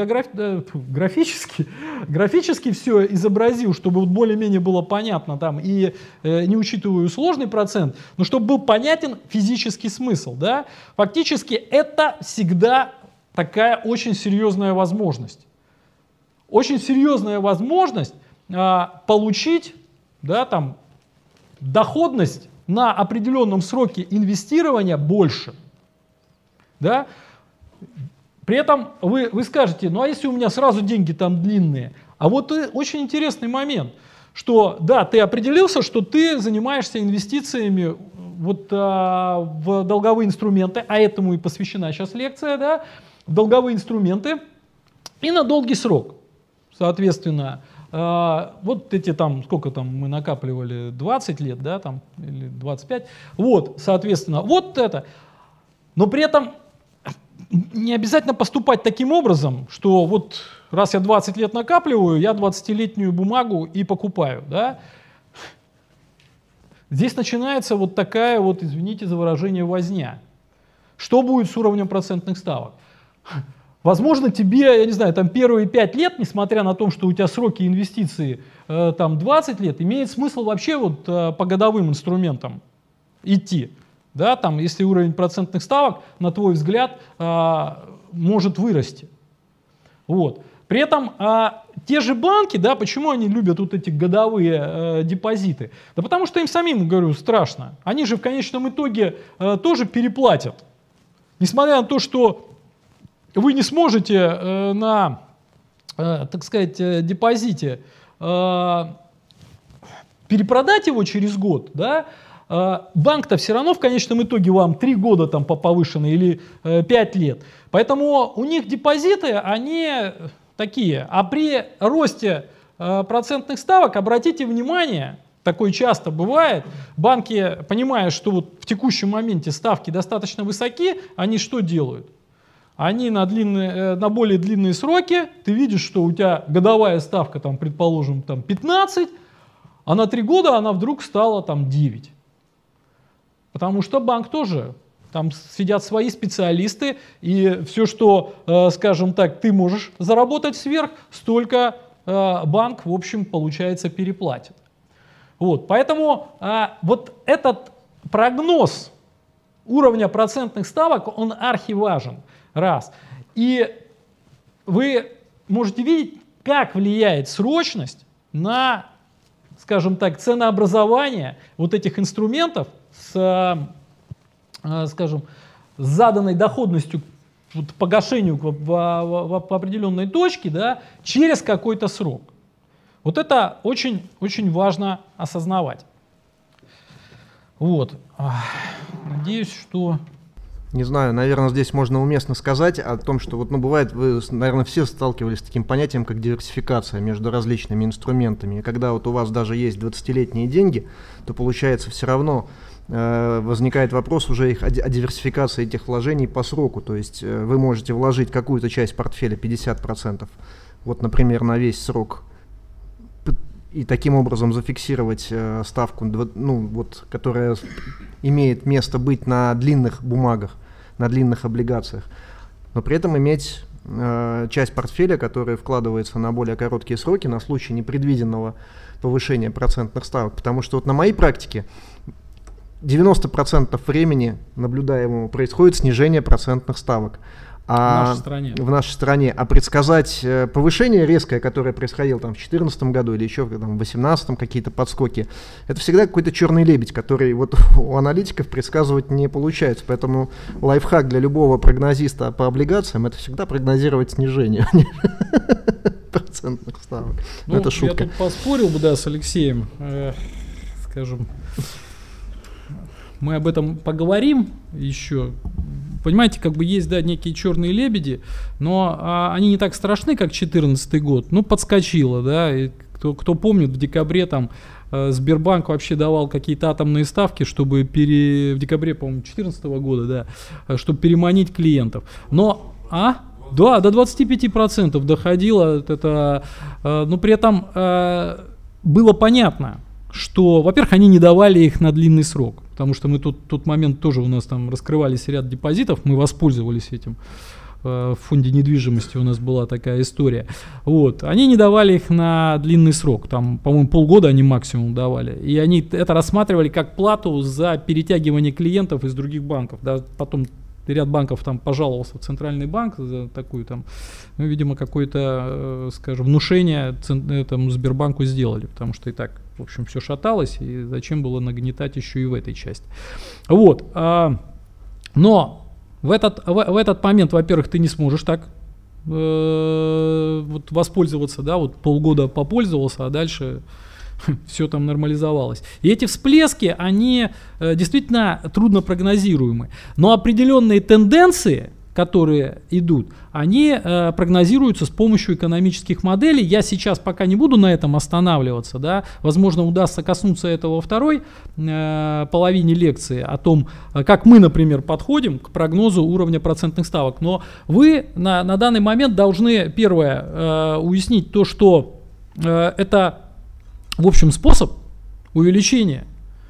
графически все изобразил, чтобы вот более-менее было понятно там, и не учитываю сложный процент, но чтобы был понятен физический смысл. Да? Фактически это всегда такая очень серьезная возможность. Очень серьезная возможность получить, да, там, доходность на определенном сроке инвестирования больше. Да? При этом вы скажете, ну а если у меня сразу деньги там длинные? А вот очень интересный момент, что да, ты определился, что ты занимаешься инвестициями вот, в долговые инструменты, а этому и посвящена сейчас лекция, да, в долговые инструменты и на долгий срок. Соответственно, вот эти там, сколько там мы накапливали, 20 лет, да, там, или 25, вот, соответственно, вот это. Но при этом не обязательно поступать таким образом, что вот раз я 20 лет накапливаю, я 20-летнюю бумагу и покупаю, да. Здесь начинается вот такая вот, извините за выражение, возня. Что будет с уровнем процентных ставок? Возможно, тебе, я не знаю, там первые 5 лет, несмотря на то, что у тебя сроки инвестиции там 20 лет, имеет смысл вообще вот по годовым инструментам идти. Да, там, если уровень процентных ставок, на твой взгляд, может вырасти. Вот. При этом те же банки, да, почему они любят вот эти годовые депозиты? Да потому что им самим, говорю, страшно. Они же в конечном итоге тоже переплатят. Несмотря на то, что вы не сможете на, так сказать, депозите перепродать его через год, да, банк-то все равно в конечном итоге вам 3 года там по повышенной или 5 лет. Поэтому у них депозиты, они такие. А при росте процентных ставок, обратите внимание, такое часто бывает, банки, понимая, что вот в текущем моменте ставки достаточно высоки, они что делают? Они на более длинные сроки, ты видишь, что у тебя годовая ставка, там, предположим, там 15, а на 3 года она вдруг стала там 9. Потому что банк тоже, там сидят свои специалисты, и все, что, скажем так, ты можешь заработать сверх, столько банк, в общем, получается, переплатит. Вот, поэтому вот этот прогноз уровня процентных ставок, он архиважен. Раз. И вы можете видеть, как влияет срочность на, скажем так, ценообразование вот этих инструментов с, скажем, с заданной доходностью вот, погашению в определенной точке, да, через какой-то срок. Вот это очень, очень важно осознавать. Вот. Надеюсь, что... Не знаю, наверное, здесь можно уместно сказать о том, что вот, ну, бывает, вы, наверное, все сталкивались с таким понятием, как диверсификация между различными инструментами. И когда вот у вас даже есть 20-летние деньги, то получается все равно возникает вопрос уже о диверсификации этих вложений по сроку. То есть вы можете вложить какую-то часть портфеля, 50%, вот, например, на весь срок, и таким образом зафиксировать ставку, ну, вот, которая имеет место быть на длинных бумагах, на длинных облигациях, но при этом иметь часть портфеля, которая вкладывается на более короткие сроки на случай непредвиденного повышения процентных ставок. Потому что вот на моей практике 90% времени наблюдаемого происходит снижение процентных ставок. В нашей стране. В нашей стране. А предсказать повышение резкое, которое происходило там, в 2014 году или еще там, в 2018 какие-то подскоки, это всегда какой-то черный лебедь, который вот у аналитиков предсказывать не получается. Поэтому лайфхак для любого прогнозиста по облигациям — это всегда прогнозировать снижение процентных ставок. Ну, это шутка. Я тут поспорил бы, да, с Алексеем, скажем, мы об этом поговорим еще. Понимаете, как бы есть, да, некие черные лебеди, но они не так страшны, как 2014 год. Ну, подскочило, да. И кто помнит, в декабре там Сбербанк вообще давал какие-то атомные ставки, чтобы в декабре, по-моему, 2014 года, да, чтобы переманить клиентов. Но, Да, до 25% доходило. Это, но при этом было понятно, что, во-первых, они не давали их на длинный срок, потому что мы тот момент тоже у нас там раскрывались ряд депозитов, мы воспользовались этим. В фонде недвижимости у нас была такая история. Вот. Они не давали их на длинный срок, там, по-моему, полгода они максимум давали. И они это рассматривали как плату за перетягивание клиентов из других банков. Да, потом ряд банков там пожаловался в Центральный банк за такую там, ну, видимо, какое-то, скажем, внушение этому Сбербанку сделали, потому что и так, в общем, все шаталось, и зачем было нагнетать еще и в этой части. Вот. Но в этот момент, во-первых, ты не сможешь так вот воспользоваться, да, вот полгода попользовался, а дальше все там нормализовалось. И эти всплески, они действительно трудно прогнозируемы. Но определенные тенденции, которые идут, они прогнозируются с помощью экономических моделей. Я сейчас пока не буду на этом останавливаться. Да? Возможно, удастся коснуться этого во второй половине лекции, о том, как мы, например, подходим к прогнозу уровня процентных ставок. Но вы на данный момент должны, первое, уяснить то, что это, в общем, способ увеличения.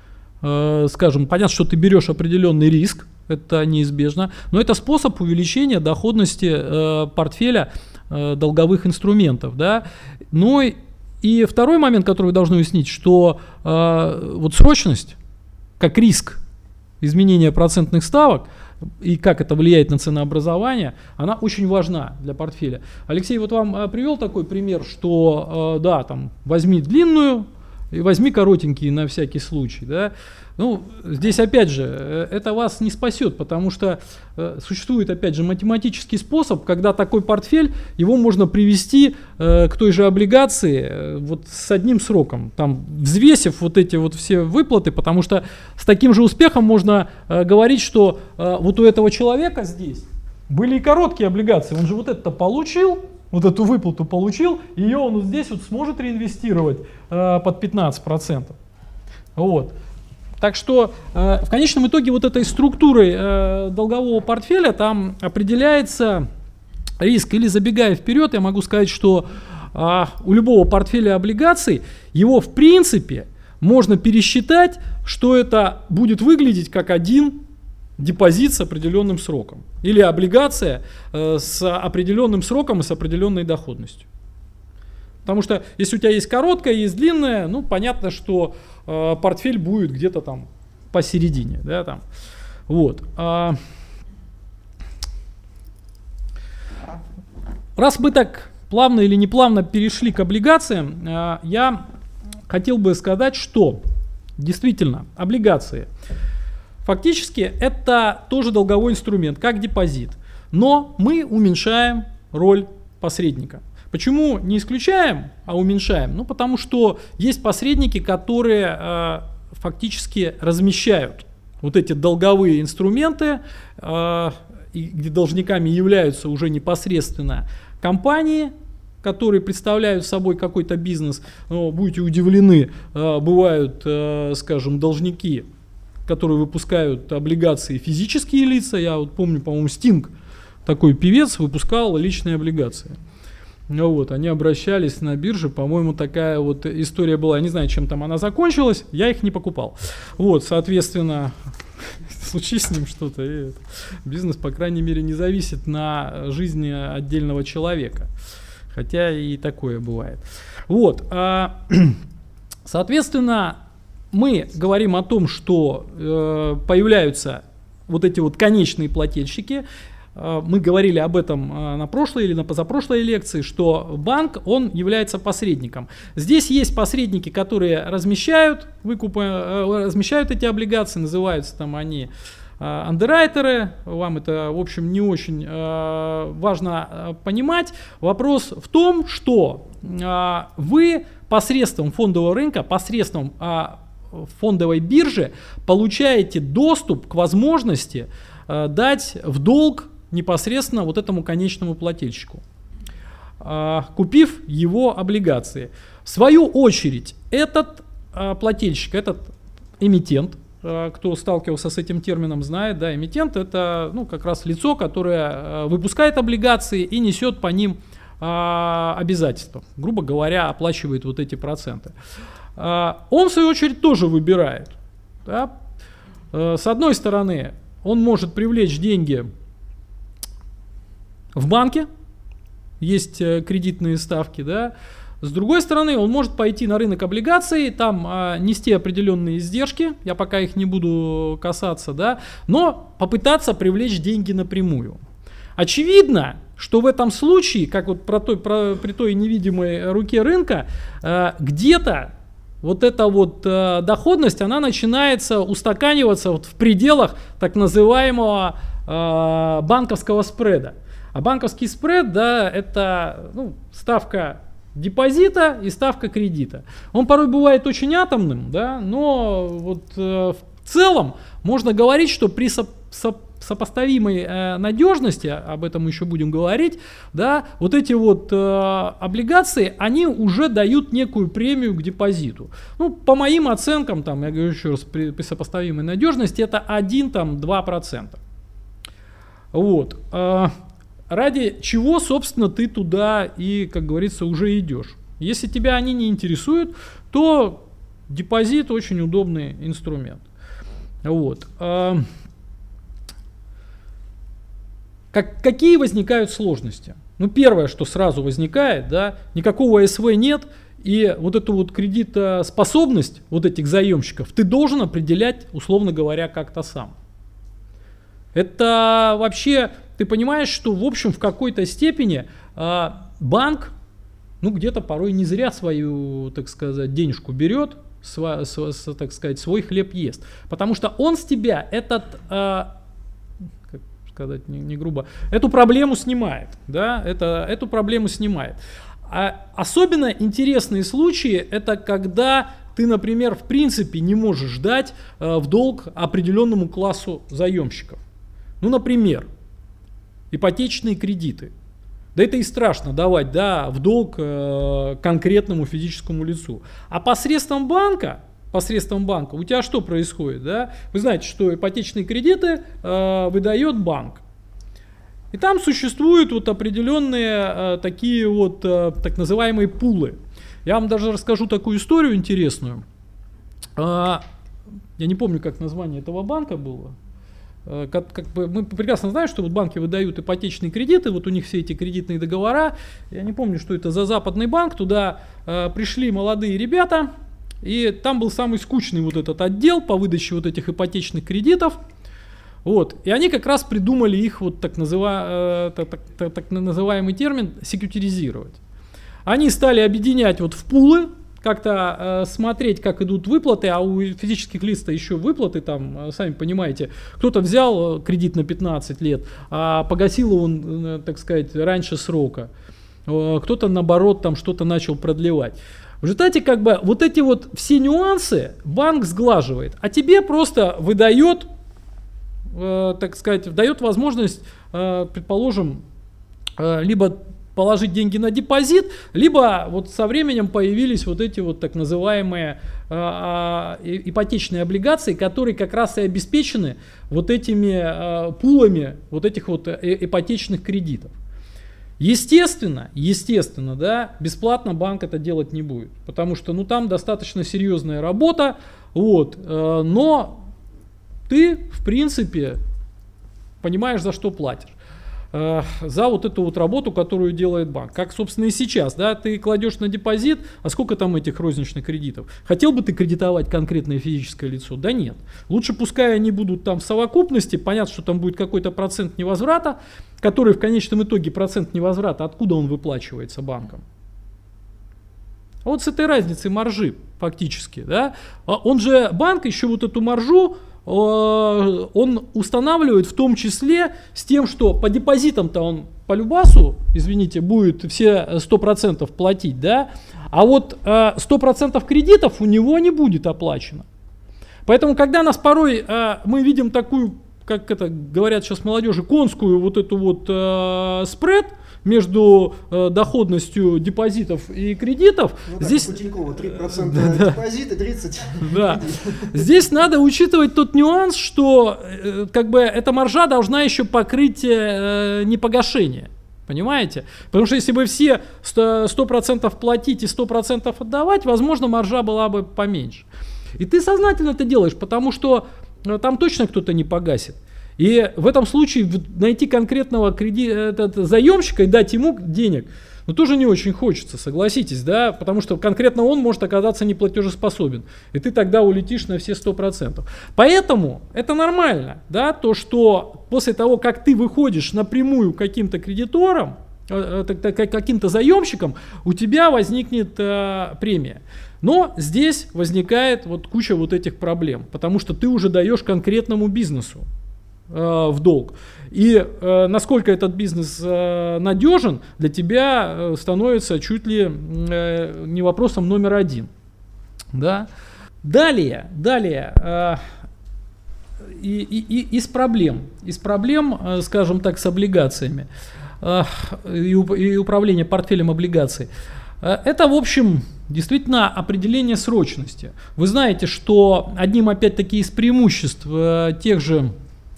Скажем, понятно, что ты берешь определенный риск, это неизбежно, но это способ увеличения доходности портфеля долговых инструментов. Да? Ну и второй момент, который вы должны уяснить, что вот срочность, как риск изменения процентных ставок и как это влияет на ценообразование, она очень важна для портфеля. Алексей вот вам привел такой пример, что да, там, возьми длинную и возьми коротенькие на всякий случай. Да? Ну, здесь опять же, это вас не спасет, потому что существует опять же математический способ, когда такой портфель, его можно привести к той же облигации вот с одним сроком, там, взвесив вот эти вот все выплаты, потому что с таким же успехом можно говорить, что вот у этого человека здесь были и короткие облигации, он же вот это получил, вот эту выплату получил, ее он вот здесь вот сможет реинвестировать под 15%. Вот. Так что в конечном итоге вот этой структурой долгового портфеля там определяется риск. Или забегая вперед, я могу сказать, что у любого портфеля облигаций его в принципе можно пересчитать, что это будет выглядеть как один депозит с определенным сроком. Или облигация с определенным сроком и с определенной доходностью. Потому что если у тебя есть короткая, есть длинная, ну понятно, что портфель будет где-то там посередине. Да, там. Вот. Раз мы так плавно или неплавно перешли к облигациям, я хотел бы сказать, что действительно облигации фактически это тоже долговой инструмент, как депозит. Но мы уменьшаем роль посредника. Почему не исключаем, а уменьшаем? Ну, потому что есть посредники, которые фактически размещают вот эти долговые инструменты, где должниками являются уже непосредственно компании, которые представляют собой какой-то бизнес. Но будете удивлены, бывают, скажем, должники, которые выпускают облигации, физические лица. Я вот помню, по-моему, Стинг, такой певец, выпускал личные облигации. Вот, они обращались на бирже, по-моему, такая вот история была. Я не знаю, чем там она закончилась, я их не покупал. Вот, соответственно, случись с ним что-то, и бизнес, по крайней мере, не зависит на жизни отдельного человека. Хотя и такое бывает. Вот, соответственно, мы говорим о том, что появляются вот эти вот конечные плательщики. Мы говорили об этом на прошлой или на позапрошлой лекции, что банк, он является посредником. Здесь есть посредники, которые размещают эти облигации, называются там они андеррайтеры. Вам это, в общем, не очень важно понимать. Вопрос в том, что вы посредством фондового рынка, посредством фондовой биржи получаете доступ к возможности дать в долг непосредственно вот этому конечному плательщику, купив его облигации. В свою очередь, этот плательщик, этот эмитент, кто сталкивался с этим термином, знает, да, эмитент — это, ну, как раз лицо, которое выпускает облигации и несет по ним обязательства, грубо говоря, оплачивает вот эти проценты. Он, в свою очередь, тоже выбирает. Да? С одной стороны, он может привлечь деньги в банке, есть кредитные ставки, да. С другой стороны, он может пойти на рынок облигаций, там нести определенные издержки, я пока их не буду касаться, да, но попытаться привлечь деньги напрямую. Очевидно, что в этом случае, как вот при той невидимой руке рынка, где-то вот эта вот доходность, она начинается устаканиваться вот в пределах так называемого банковского спреда. А банковский спред, да, это, ну, ставка депозита и ставка кредита. Он порой бывает очень атомным, да, но вот в целом можно говорить, что при сопоставимой надежности, об этом мы еще будем говорить, да, вот эти вот облигации, они уже дают некую премию к депозиту. Ну, по моим оценкам, там, я говорю еще раз, при сопоставимой надежности это 1-2%. Вот. Ради чего, собственно, ты туда и, как говорится, уже идешь. Если тебя они не интересуют, то депозит очень удобный инструмент. Вот. Какие возникают сложности? Ну, первое, что сразу возникает, да, никакого СВ нет, и вот эту вот кредитоспособность вот этих заемщиков ты должен определять, условно говоря, как-то сам. Это вообще, ты понимаешь, что в общем в какой-то степени банк, ну, где-то порой не зря свою, так сказать, денежку берет, так сказать, свой хлеб ест. Потому что он с тебя как сказать, не грубо, эту проблему снимает. Да? Эту проблему снимает. Особенно интересные случаи, это когда ты, например, в принципе не можешь дать в долг определенному классу заемщиков. Ну, например, ипотечные кредиты. Да это и страшно давать, да, в долг конкретному физическому лицу. А посредством банка у тебя что происходит? Да? Вы знаете, что ипотечные кредиты выдает банк. И там существуют вот определенные такие вот так называемые пулы. Я вам даже расскажу такую историю интересную. Я не помню, как название этого банка было. Как бы мы прекрасно знаем, что вот банки выдают ипотечные кредиты, вот у них все эти кредитные договора. Я не помню, что это за западный банк. Туда пришли молодые ребята, и там был самый скучный вот этот отдел по выдаче вот этих ипотечных кредитов. Вот. И они как раз придумали их вот так называемый термин секьюритизировать. Они стали объединять вот в пулы, как-то смотреть, как идут выплаты, а у физических лиц-то еще выплаты, там, сами понимаете, кто-то взял кредит на 15 лет, а погасил он, так сказать, раньше срока, кто-то, наоборот, там что-то начал продлевать. В результате, как бы, вот эти вот все нюансы банк сглаживает, а тебе просто выдает, так сказать, дает возможность, предположим, либо положить деньги на депозит, либо вот со временем появились вот эти вот так называемые ипотечные облигации, которые как раз и обеспечены вот этими пулами вот этих вот ипотечных кредитов. Естественно, да, бесплатно банк это делать не будет, потому что, ну, там достаточно серьезная работа, вот, но ты, в принципе, понимаешь, за что платишь. За вот эту вот работу, которую делает банк. Как, собственно, и сейчас, да, ты кладешь на депозит, а сколько там этих розничных кредитов? Хотел бы ты кредитовать конкретное физическое лицо? Да нет. Лучше пускай они будут там в совокупности, понятно, что там будет какой-то процент невозврата, который в конечном итоге процент невозврата, откуда он выплачивается банком? Вот с этой разницей маржи фактически, да, он же, банк, еще вот эту маржу, он устанавливает в том числе с тем, что по депозитам-то он по любасу, извините, будет все 100% платить, да, а вот 100% кредитов у него не будет оплачено. Поэтому, когда нас порой мы видим такую, как это говорят сейчас молодежи, конскую вот эту вот спред между доходностью депозитов и кредитов. Ну, здесь у Тинькова 3% депозиты, 30%. Да. Здесь надо учитывать тот нюанс, что как бы эта маржа должна еще покрыть непогашение. Понимаете? Потому что если бы все 100% платить и 100% отдавать, возможно, маржа была бы поменьше. И ты сознательно это делаешь, потому что там точно кто-то не погасит. И в этом случае найти конкретного заемщика и дать ему денег, ну, тоже не очень хочется, согласитесь, да, потому что конкретно он может оказаться неплатежеспособен, и ты тогда улетишь на все 100%. Поэтому это нормально, да, то, что после того, как ты выходишь напрямую к каким-то кредиторам, каким-то заемщикам, у тебя возникнет премия. Но здесь возникает вот куча вот этих проблем, потому что ты уже даешь конкретному бизнесу в долг. И насколько этот бизнес надежен, для тебя становится чуть ли не вопросом номер один. Да? Далее из проблем, скажем так, с облигациями и управление портфелем облигаций, это, в общем, действительно определение срочности. Вы знаете, что одним, опять-таки, из преимуществ тех же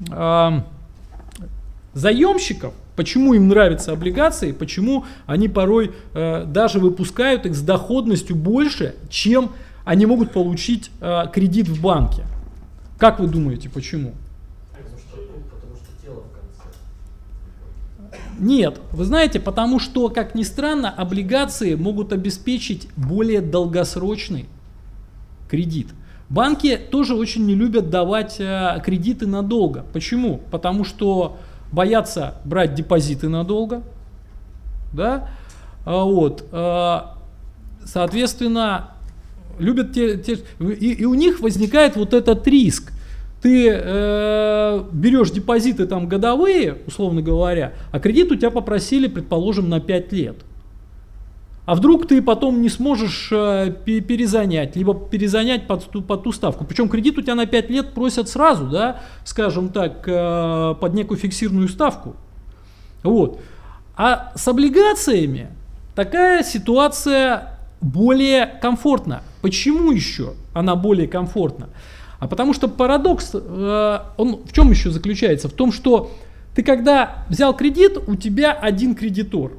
заемщиков, почему им нравятся облигации, почему они порой даже выпускают их с доходностью больше, чем они могут получить кредит в банке. Как вы думаете, почему? Потому что тело в конце. Нет, вы знаете, потому что, как ни странно, облигации могут обеспечить более долгосрочный кредит. Банки тоже очень не любят давать кредиты надолго. Почему? Потому что боятся брать депозиты надолго. Да? Вот. Соответственно, любят и у них возникает вот этот риск. Ты берешь депозиты там годовые, условно говоря, а кредит у тебя попросили, предположим, на 5 лет. А вдруг ты потом не сможешь перезанять, либо перезанять под ту ставку. Причем кредит у тебя на 5 лет просят сразу, да, скажем так, под некую фиксированную ставку. Вот. А с облигациями такая ситуация более комфортна. Почему еще она более комфортна? А потому что парадокс, он в чем еще заключается? В том, что ты когда взял кредит, у тебя один кредитор.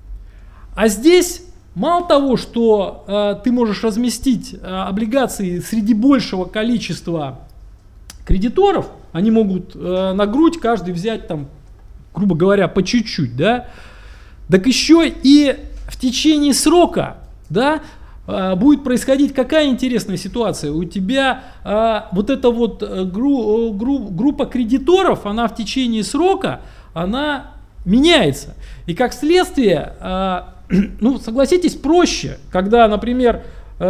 А здесь мало того, что ты можешь разместить облигации среди большего количества кредиторов, они могут на грудь каждый взять там, грубо говоря, по чуть-чуть, да, так еще и в течение срока, да, будет происходить какая интересная ситуация. У тебя вот эта вот группа кредиторов, она в течение срока, она меняется. И как следствие, ну, согласитесь, проще, когда, например,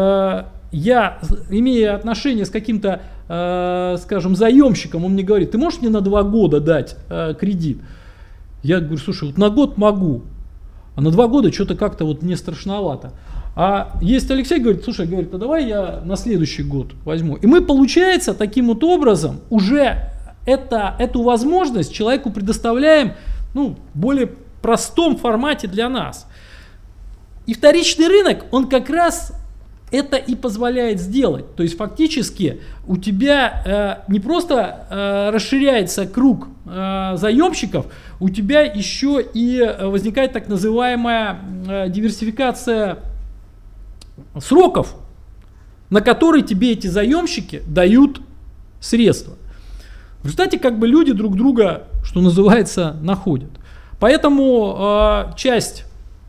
я, имея отношение с каким-то, скажем, заемщиком, он мне говорит: ты можешь мне на 2 года дать кредит? Я говорю: слушай, вот на год могу, а на 2 года что-то как-то вот мне страшновато. А есть Алексей, говорит: слушай, говорит, а давай я на следующий год возьму. И мы, получается, таким вот образом уже эту возможность человеку предоставляем, ну, в более простом формате для нас. И вторичный рынок, он как раз это и позволяет сделать. То есть фактически у тебя не просто расширяется круг заемщиков, у тебя еще и возникает так называемая диверсификация сроков, на которые тебе эти заемщики дают средства. В результате как бы люди друг друга, что называется, находят. Поэтому часть,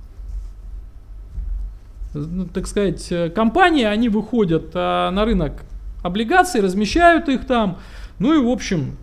так сказать, компаний, они выходят на рынок облигаций, размещают их там, ну и в общем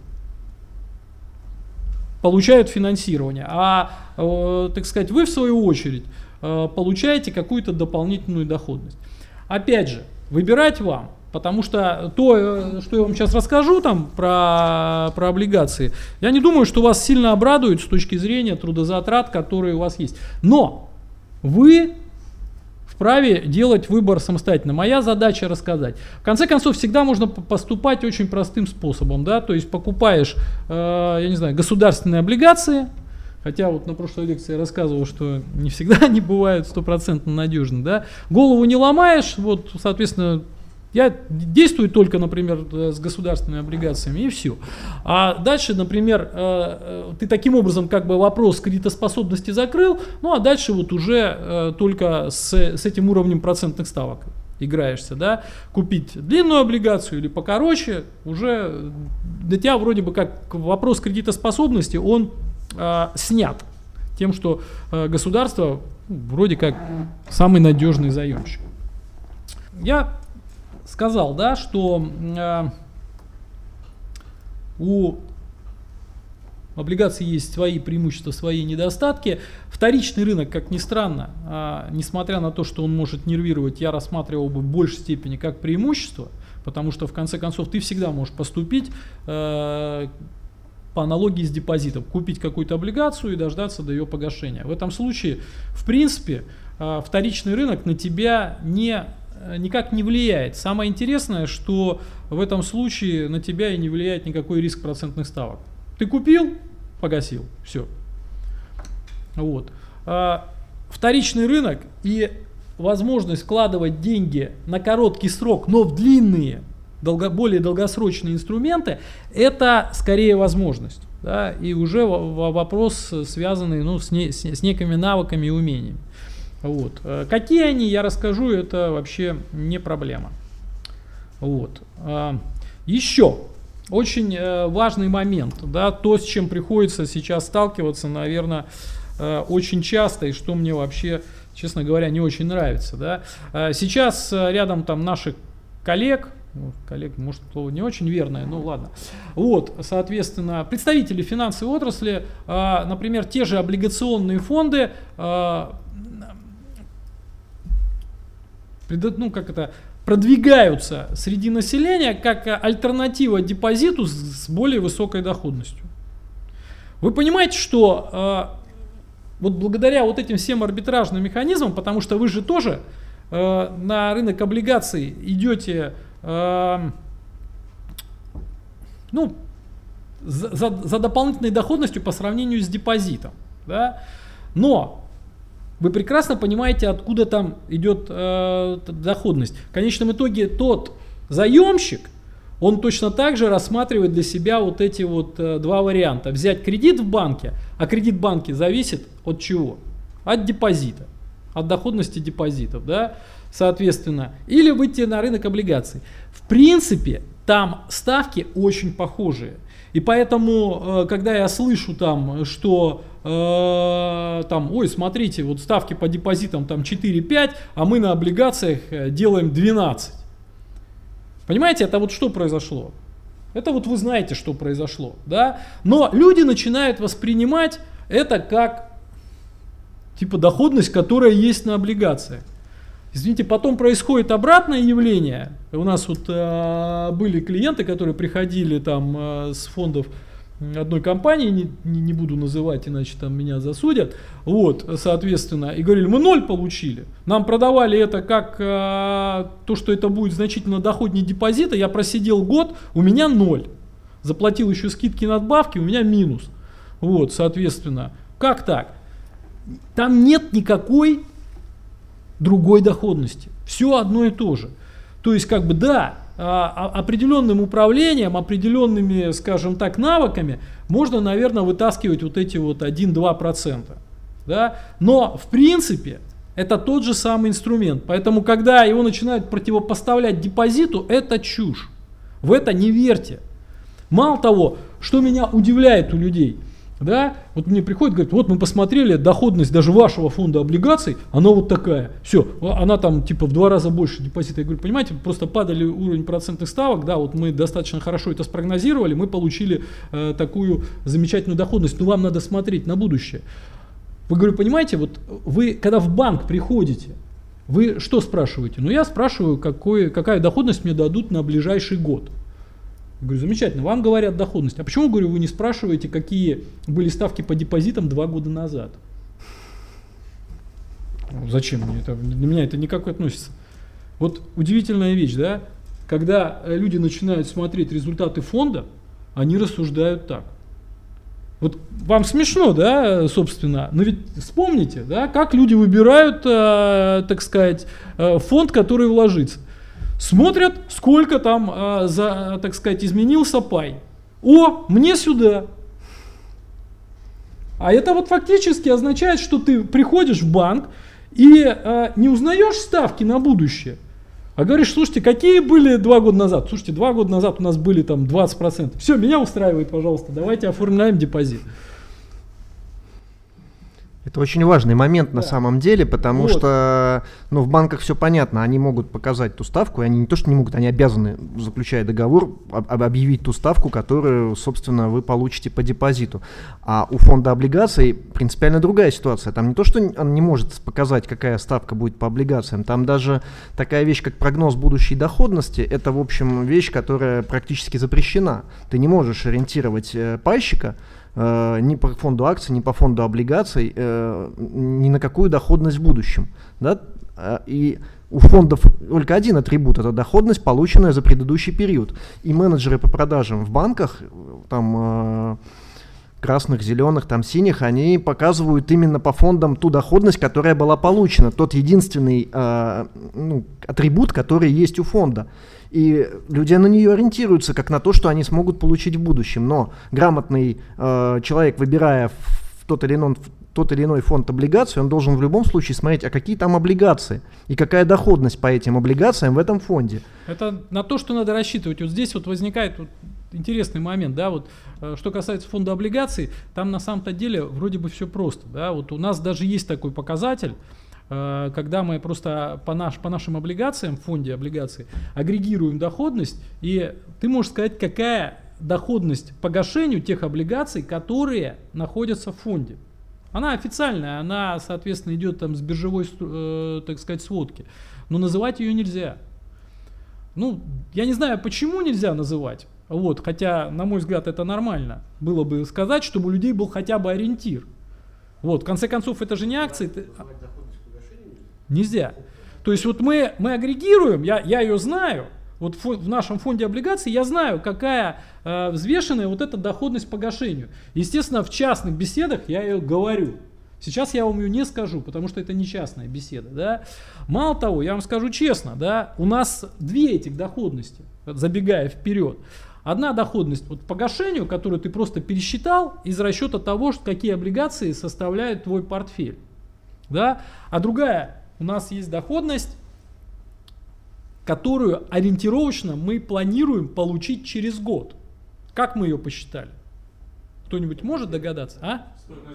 получают финансирование. А, так сказать, вы в свою очередь получаете какую-то дополнительную доходность. Опять же, выбирать вам, потому что то, что я вам сейчас расскажу там про облигации, я не думаю, что вас сильно обрадует с точки зрения трудозатрат, которые у вас есть. Но вы вправе делать выбор самостоятельно. Моя задача рассказать. В конце концов, всегда можно поступать очень простым способом, да, то есть покупаешь, я не знаю, государственные облигации, хотя вот на прошлой лекции я рассказывал, что не всегда они бывают стопроцентно надежны, да, голову не ломаешь, вот, соответственно, я действую только, например, с государственными облигациями, и все. А дальше, например, ты таким образом как бы вопрос кредитоспособности закрыл, ну а дальше вот уже только с этим уровнем процентных ставок играешься, да, купить длинную облигацию или покороче, уже для тебя вроде бы как вопрос кредитоспособности, он снят тем, что государство вроде как самый надежный заемщик. Я сказал, да, что у облигаций есть свои преимущества, свои недостатки. Вторичный рынок, как ни странно, несмотря на то, что он может нервировать, я рассматривал бы в большей степени как преимущество, потому что в конце концов ты всегда можешь поступить по аналогии с депозитом, купить какую-то облигацию и дождаться до ее погашения. В этом случае, в принципе, вторичный рынок на тебя никак не влияет. Самое интересное, что в этом случае на тебя и не влияет никакой риск процентных ставок. Ты купил, погасил, все. Вот. Вторичный рынок и возможность вкладывать деньги на короткий срок, но в длинные, более долгосрочные инструменты, это скорее возможность. Да, и уже вопрос, связанный с некими навыками и умениями. Вот. Какие они, я расскажу, это вообще не проблема. Вот. Еще очень важный момент, да, то, с чем приходится сейчас сталкиваться, наверное, очень часто, и что мне вообще, честно говоря, не очень нравится. Да. Сейчас рядом там наших коллег, может, слово не очень верное, ну ладно. Вот, соответственно, представители финансовой отрасли, например, те же облигационные фонды, продвигаются среди населения как альтернатива депозиту с более высокой доходностью. Вы понимаете, что вот благодаря вот этим всем арбитражным механизмам, потому что вы же тоже на рынок облигаций идете за дополнительной доходностью по сравнению с депозитом, да? Но вы прекрасно понимаете, откуда там идет доходность. В конечном итоге тот заемщик, он точно так же рассматривает для себя вот эти вот два варианта. Взять кредит в банке, а кредит в банке зависит от чего? От депозита, от доходности депозитов, да? Соответственно, или выйти на рынок облигаций. В принципе, там ставки очень похожие. И поэтому, когда я слышу там, что ой, смотрите, вот ставки по депозитам там 4-5, а мы на облигациях делаем 12. Понимаете, это вот что произошло? Это вот вы знаете, что произошло, да? Но люди начинают воспринимать это как типа доходность, которая есть на облигациях. Извините, потом происходит обратное явление. У нас вот были клиенты, которые приходили там с фондов одной компании, не буду называть, иначе там меня засудят. Вот, соответственно, и говорили, мы 0 получили. Нам продавали это как то, что это будет значительно доходнее депозита. Я просидел год, у меня 0. Заплатил еще скидки, надбавки, у меня минус. Вот, соответственно, как так? Там нет никакой другой доходности. Все одно и то же. То есть, как бы, да, определенным управлением, определенными, скажем так, навыками можно, наверное, вытаскивать вот эти вот 1-2%. Да? Но, в принципе, это тот же самый инструмент. Поэтому, когда его начинают противопоставлять депозиту, это чушь. В это не верьте. Мало того, что меня удивляет у людей, да, вот мне приходит, говорит, вот мы посмотрели доходность даже вашего фонда облигаций, она вот такая, все, она там типа в 2 раза больше депозита. Я говорю, понимаете, просто падали уровень процентных ставок, да, вот мы достаточно хорошо это спрогнозировали, мы получили такую замечательную доходность, но вам надо смотреть на будущее. Вы, говорю, понимаете, вот вы, когда в банк приходите, вы что спрашиваете? Ну, я спрашиваю, какая доходность мне дадут на ближайший год. Я говорю, замечательно, вам говорят доходность. А почему, говорю, вы не спрашиваете, какие были ставки по депозитам 2 года назад? Зачем мне это? Для меня это никак не относится. Вот удивительная вещь, да? Когда люди начинают смотреть результаты фонда, они рассуждают так. Вот вам смешно, да, собственно, но ведь вспомните, да, как люди выбирают, так сказать, фонд, который вложится. Смотрят, сколько там, так сказать, изменился пай. О, мне сюда. А это вот фактически означает, что ты приходишь в банк и не узнаешь ставки на будущее, а говоришь, слушайте, какие были 2 года назад? Слушайте, 2 года назад у нас были там 20%. Все, меня устраивает, пожалуйста, давайте оформляем депозит. Это очень важный момент на Да. самом деле, потому Вот. что в банках все понятно, они могут показать ту ставку, и они не то что не могут, они обязаны, заключая договор, объявить ту ставку, которую, собственно, вы получите по депозиту. А у фонда облигаций принципиально другая ситуация. Там не то, что он не может показать, какая ставка будет по облигациям, там даже такая вещь, как прогноз будущей доходности, это, в общем, вещь, которая практически запрещена. Ты не можешь ориентировать пайщика ни по фонду акций, ни по фонду облигаций, ни на какую доходность в будущем. Да? И у фондов только один атрибут – это доходность, полученная за предыдущий период. И менеджеры по продажам в банках, там, красных, зеленых, там, синих, они показывают именно по фондам ту доходность, которая была получена. Тот единственный атрибут, который есть у фонда. И люди на нее ориентируются, как на то, что они смогут получить в будущем. Но грамотный человек, выбирая тот или иной фонд облигаций, он должен в любом случае смотреть, а какие там облигации и какая доходность по этим облигациям в этом фонде. Это на то, что надо рассчитывать. Вот здесь вот возникает интересный момент, да, вот что касается фонда облигаций, там на самом-то деле вроде бы все просто, да, вот у нас даже есть такой показатель, когда мы просто по нашим облигациям, в фонде облигаций, агрегируем доходность, и ты можешь сказать, какая доходность погашению тех облигаций, которые находятся в фонде. Она официальная, она, соответственно, идет там с биржевой, так сказать, сводки, но называть ее нельзя. Ну, я не знаю, почему нельзя называть, вот, хотя, на мой взгляд, это нормально было бы сказать, чтобы у людей был хотя бы ориентир. Вот, в конце концов, это же не акции. Нельзя. То есть вот мы агрегируем, я ее знаю, вот в нашем фонде облигаций я знаю, какая взвешенная вот эта доходность погашению. Естественно, в частных беседах я ее говорю. Сейчас я вам ее не скажу, потому что это не частная беседа. Да? Мало того, я вам скажу честно, да, у нас две этих доходности, забегая вперед. Одна доходность вот погашению, которую ты просто пересчитал из расчета того, какие облигации составляют твой портфель. Да? А другая, у нас есть доходность, которую ориентировочно мы планируем получить через год. Как мы ее посчитали? Кто-нибудь может догадаться? А?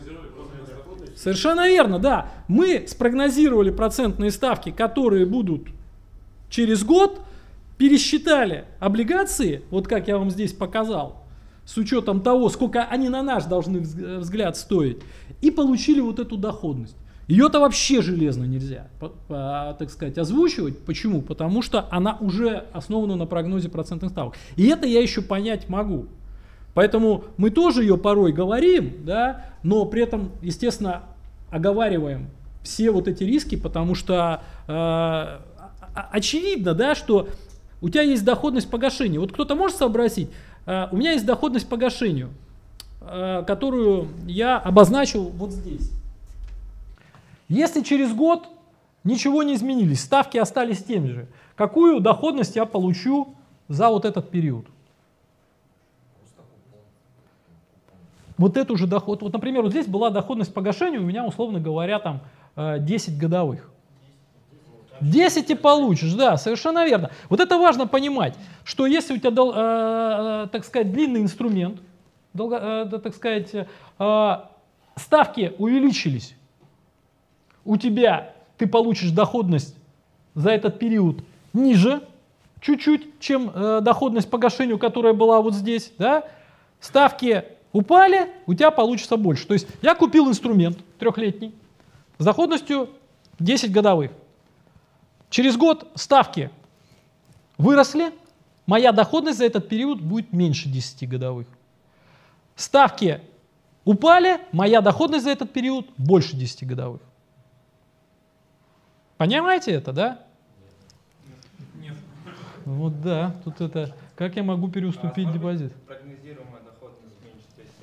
Совершенно верно, да. Мы спрогнозировали процентные ставки, которые будут через год, пересчитали облигации, вот как я вам здесь показал, с учетом того, сколько они на наш должны взгляд стоить, и получили вот эту доходность. Ее-то вообще железно нельзя, так сказать, озвучивать. Почему? Потому что она уже основана на прогнозе процентных ставок. И это я еще понять могу. Поэтому мы тоже ее порой говорим, да, но при этом, естественно, оговариваем все вот эти риски, потому что очевидно, да, что у тебя есть доходность погашения. Вот кто-то может сообразить, у меня есть доходность погашению, которую я обозначил вот здесь. Если через год ничего не изменились, ставки остались теми же, какую доходность я получу за вот этот период? Вот эту же доходность. Вот, например, вот здесь была доходность погашения у меня, условно говоря, там 10 годовых. 10 и получишь, да, совершенно верно. Вот это важно понимать, что если у тебя, так сказать, длинный инструмент, так сказать, ставки увеличились, у тебя ты получишь доходность за этот период ниже чуть-чуть, чем доходность погашению, которая была вот здесь, да? Ставки упали, у тебя получится больше. То есть я купил инструмент трехлетний с доходностью 10 годовых. Через год ставки выросли, моя доходность за этот период будет меньше 10 годовых. Ставки упали, моя доходность за этот период больше 10 годовых. Понимаете это, да? Нет. Вот да, тут это, как я могу переуступить депозит? Прогнозируемая доходность меньше. То есть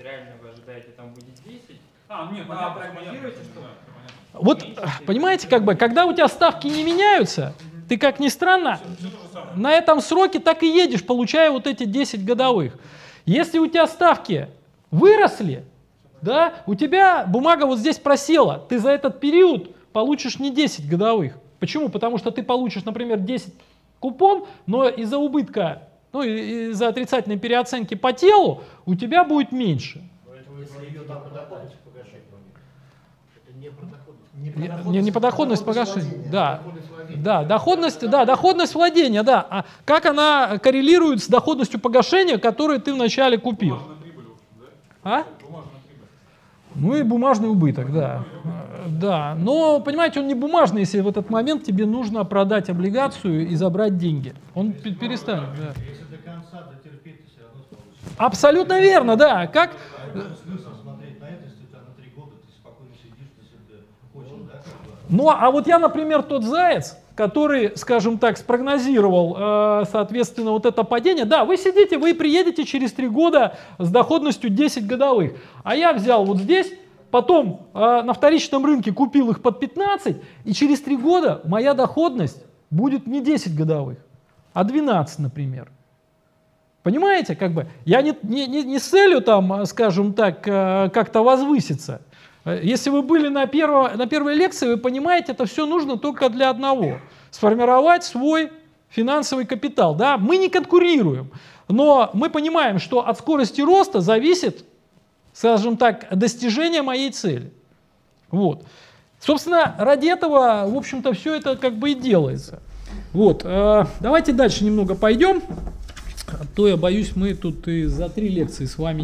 реально вы ожидаете там будет 10? Нет, А прогнозируете, что? Вот, понимаете, как бы, когда у тебя ставки не меняются, ты, как ни странно, на этом сроке так и едешь, получая вот эти 10 годовых. Если у тебя ставки выросли, да, у тебя бумага вот здесь просела, ты за этот период получишь не 10 годовых. Почему? Потому что ты получишь, например, 10 купон, но из-за убытка, ну, из-за отрицательной переоценки по телу у тебя будет меньше. Если ее там по доходности погашать, это не про доходность. Не по доходность погашения. Да, доходность владения, да. А как она коррелирует с доходностью погашения, которую ты вначале купил? Бумажная прибыль, в общем, да? А? Бумажная прибыль. Ну и бумажный убыток, да. Да, но, понимаете, он не бумажный, если в этот момент тебе нужно продать облигацию и забрать деньги. Он перестанет, да. Если до конца дотерпеть, то все равно получится. Абсолютно верно, да. Как... Смысл смотреть на это, если у тебя на 3 года ты спокойно сидишь, ты себе очень, да, как бы. Ну, а вот я, например, тот заяц, который, скажем так, спрогнозировал, соответственно, вот это падение. Да, вы сидите, вы приедете через 3 года с доходностью 10 годовых. А я взял вот здесь, потом на вторичном рынке купил их под 15, и через 3 года моя доходность будет не 10 годовых, а 12, например. Понимаете, как бы, я не с целью там, скажем так, как-то возвыситься. Если вы были на первой лекции, вы понимаете, это все нужно только для одного. Сформировать свой финансовый капитал. Да? Мы не конкурируем, но мы понимаем, что от скорости роста зависит, скажем так, достижение моей цели. Вот. Собственно, ради этого, в общем-то, все это как бы и делается. Вот. Давайте дальше немного пойдем. А то я боюсь, мы тут и за 3 лекции с вами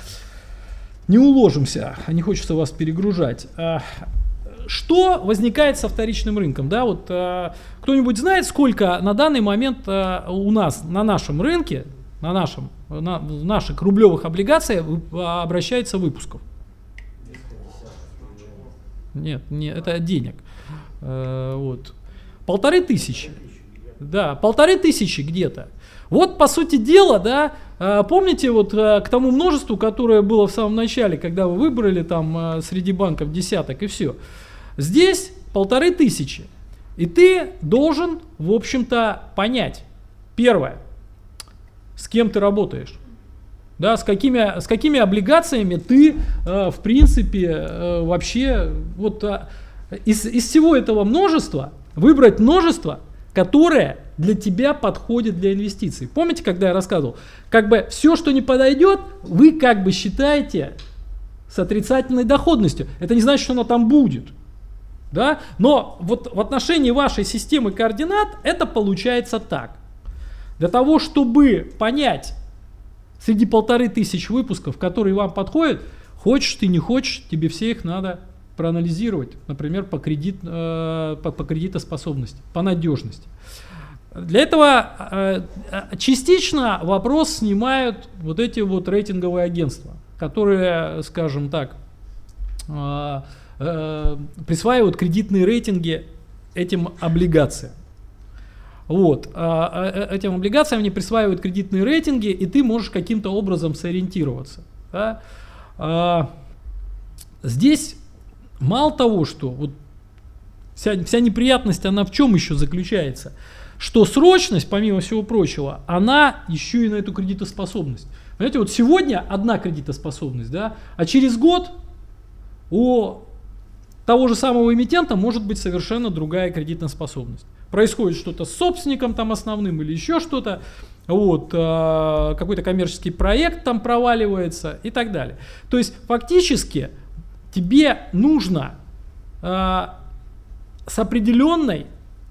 не уложимся, а не хочется вас перегружать. Что возникает со вторичным рынком? Да, вот, кто-нибудь знает, сколько на данный момент у нас на нашем рынке, в наших рублевых облигациях обращается выпусков? Нет, это денег. Вот. 1500. Да, 1500 где-то. Вот, по сути дела, да, помните вот к тому множеству, которое было в самом начале, когда вы выбрали там среди банков десяток и все. Здесь 1500. И ты должен, в общем-то, понять. Первое, с кем ты работаешь. Да, с какими облигациями ты, в принципе, вообще вот из всего этого множества выбрать множество, которое для тебя подходит для инвестиций. Помните, когда я рассказывал? Как бы все, что не подойдет, вы как бы считаете с отрицательной доходностью. Это не значит, что она там будет. Да? Но вот в отношении вашей системы координат это получается так. Для того, чтобы понять среди 1500 выпусков, которые вам подходят, хочешь ты, не хочешь, тебе все их надо проанализировать, например, по кредитоспособности, по надежности. Для этого частично вопрос снимают вот эти вот рейтинговые агентства, которые, скажем так, присваивают кредитные рейтинги этим облигациям. Вот. Этим облигациям они присваивают кредитные рейтинги, и ты можешь каким-то образом сориентироваться. Да? Здесь мало того, что вот вся неприятность, она в чем еще заключается? Что срочность, помимо всего прочего, она еще и на эту кредитоспособность. Понимаете, вот сегодня одна кредитоспособность, да, а через год у того же самого эмитента может быть совершенно другая кредитоспособность. Происходит что-то с собственником там основным или еще что-то, вот, какой-то коммерческий проект там проваливается и так далее. То есть фактически тебе нужно с определенной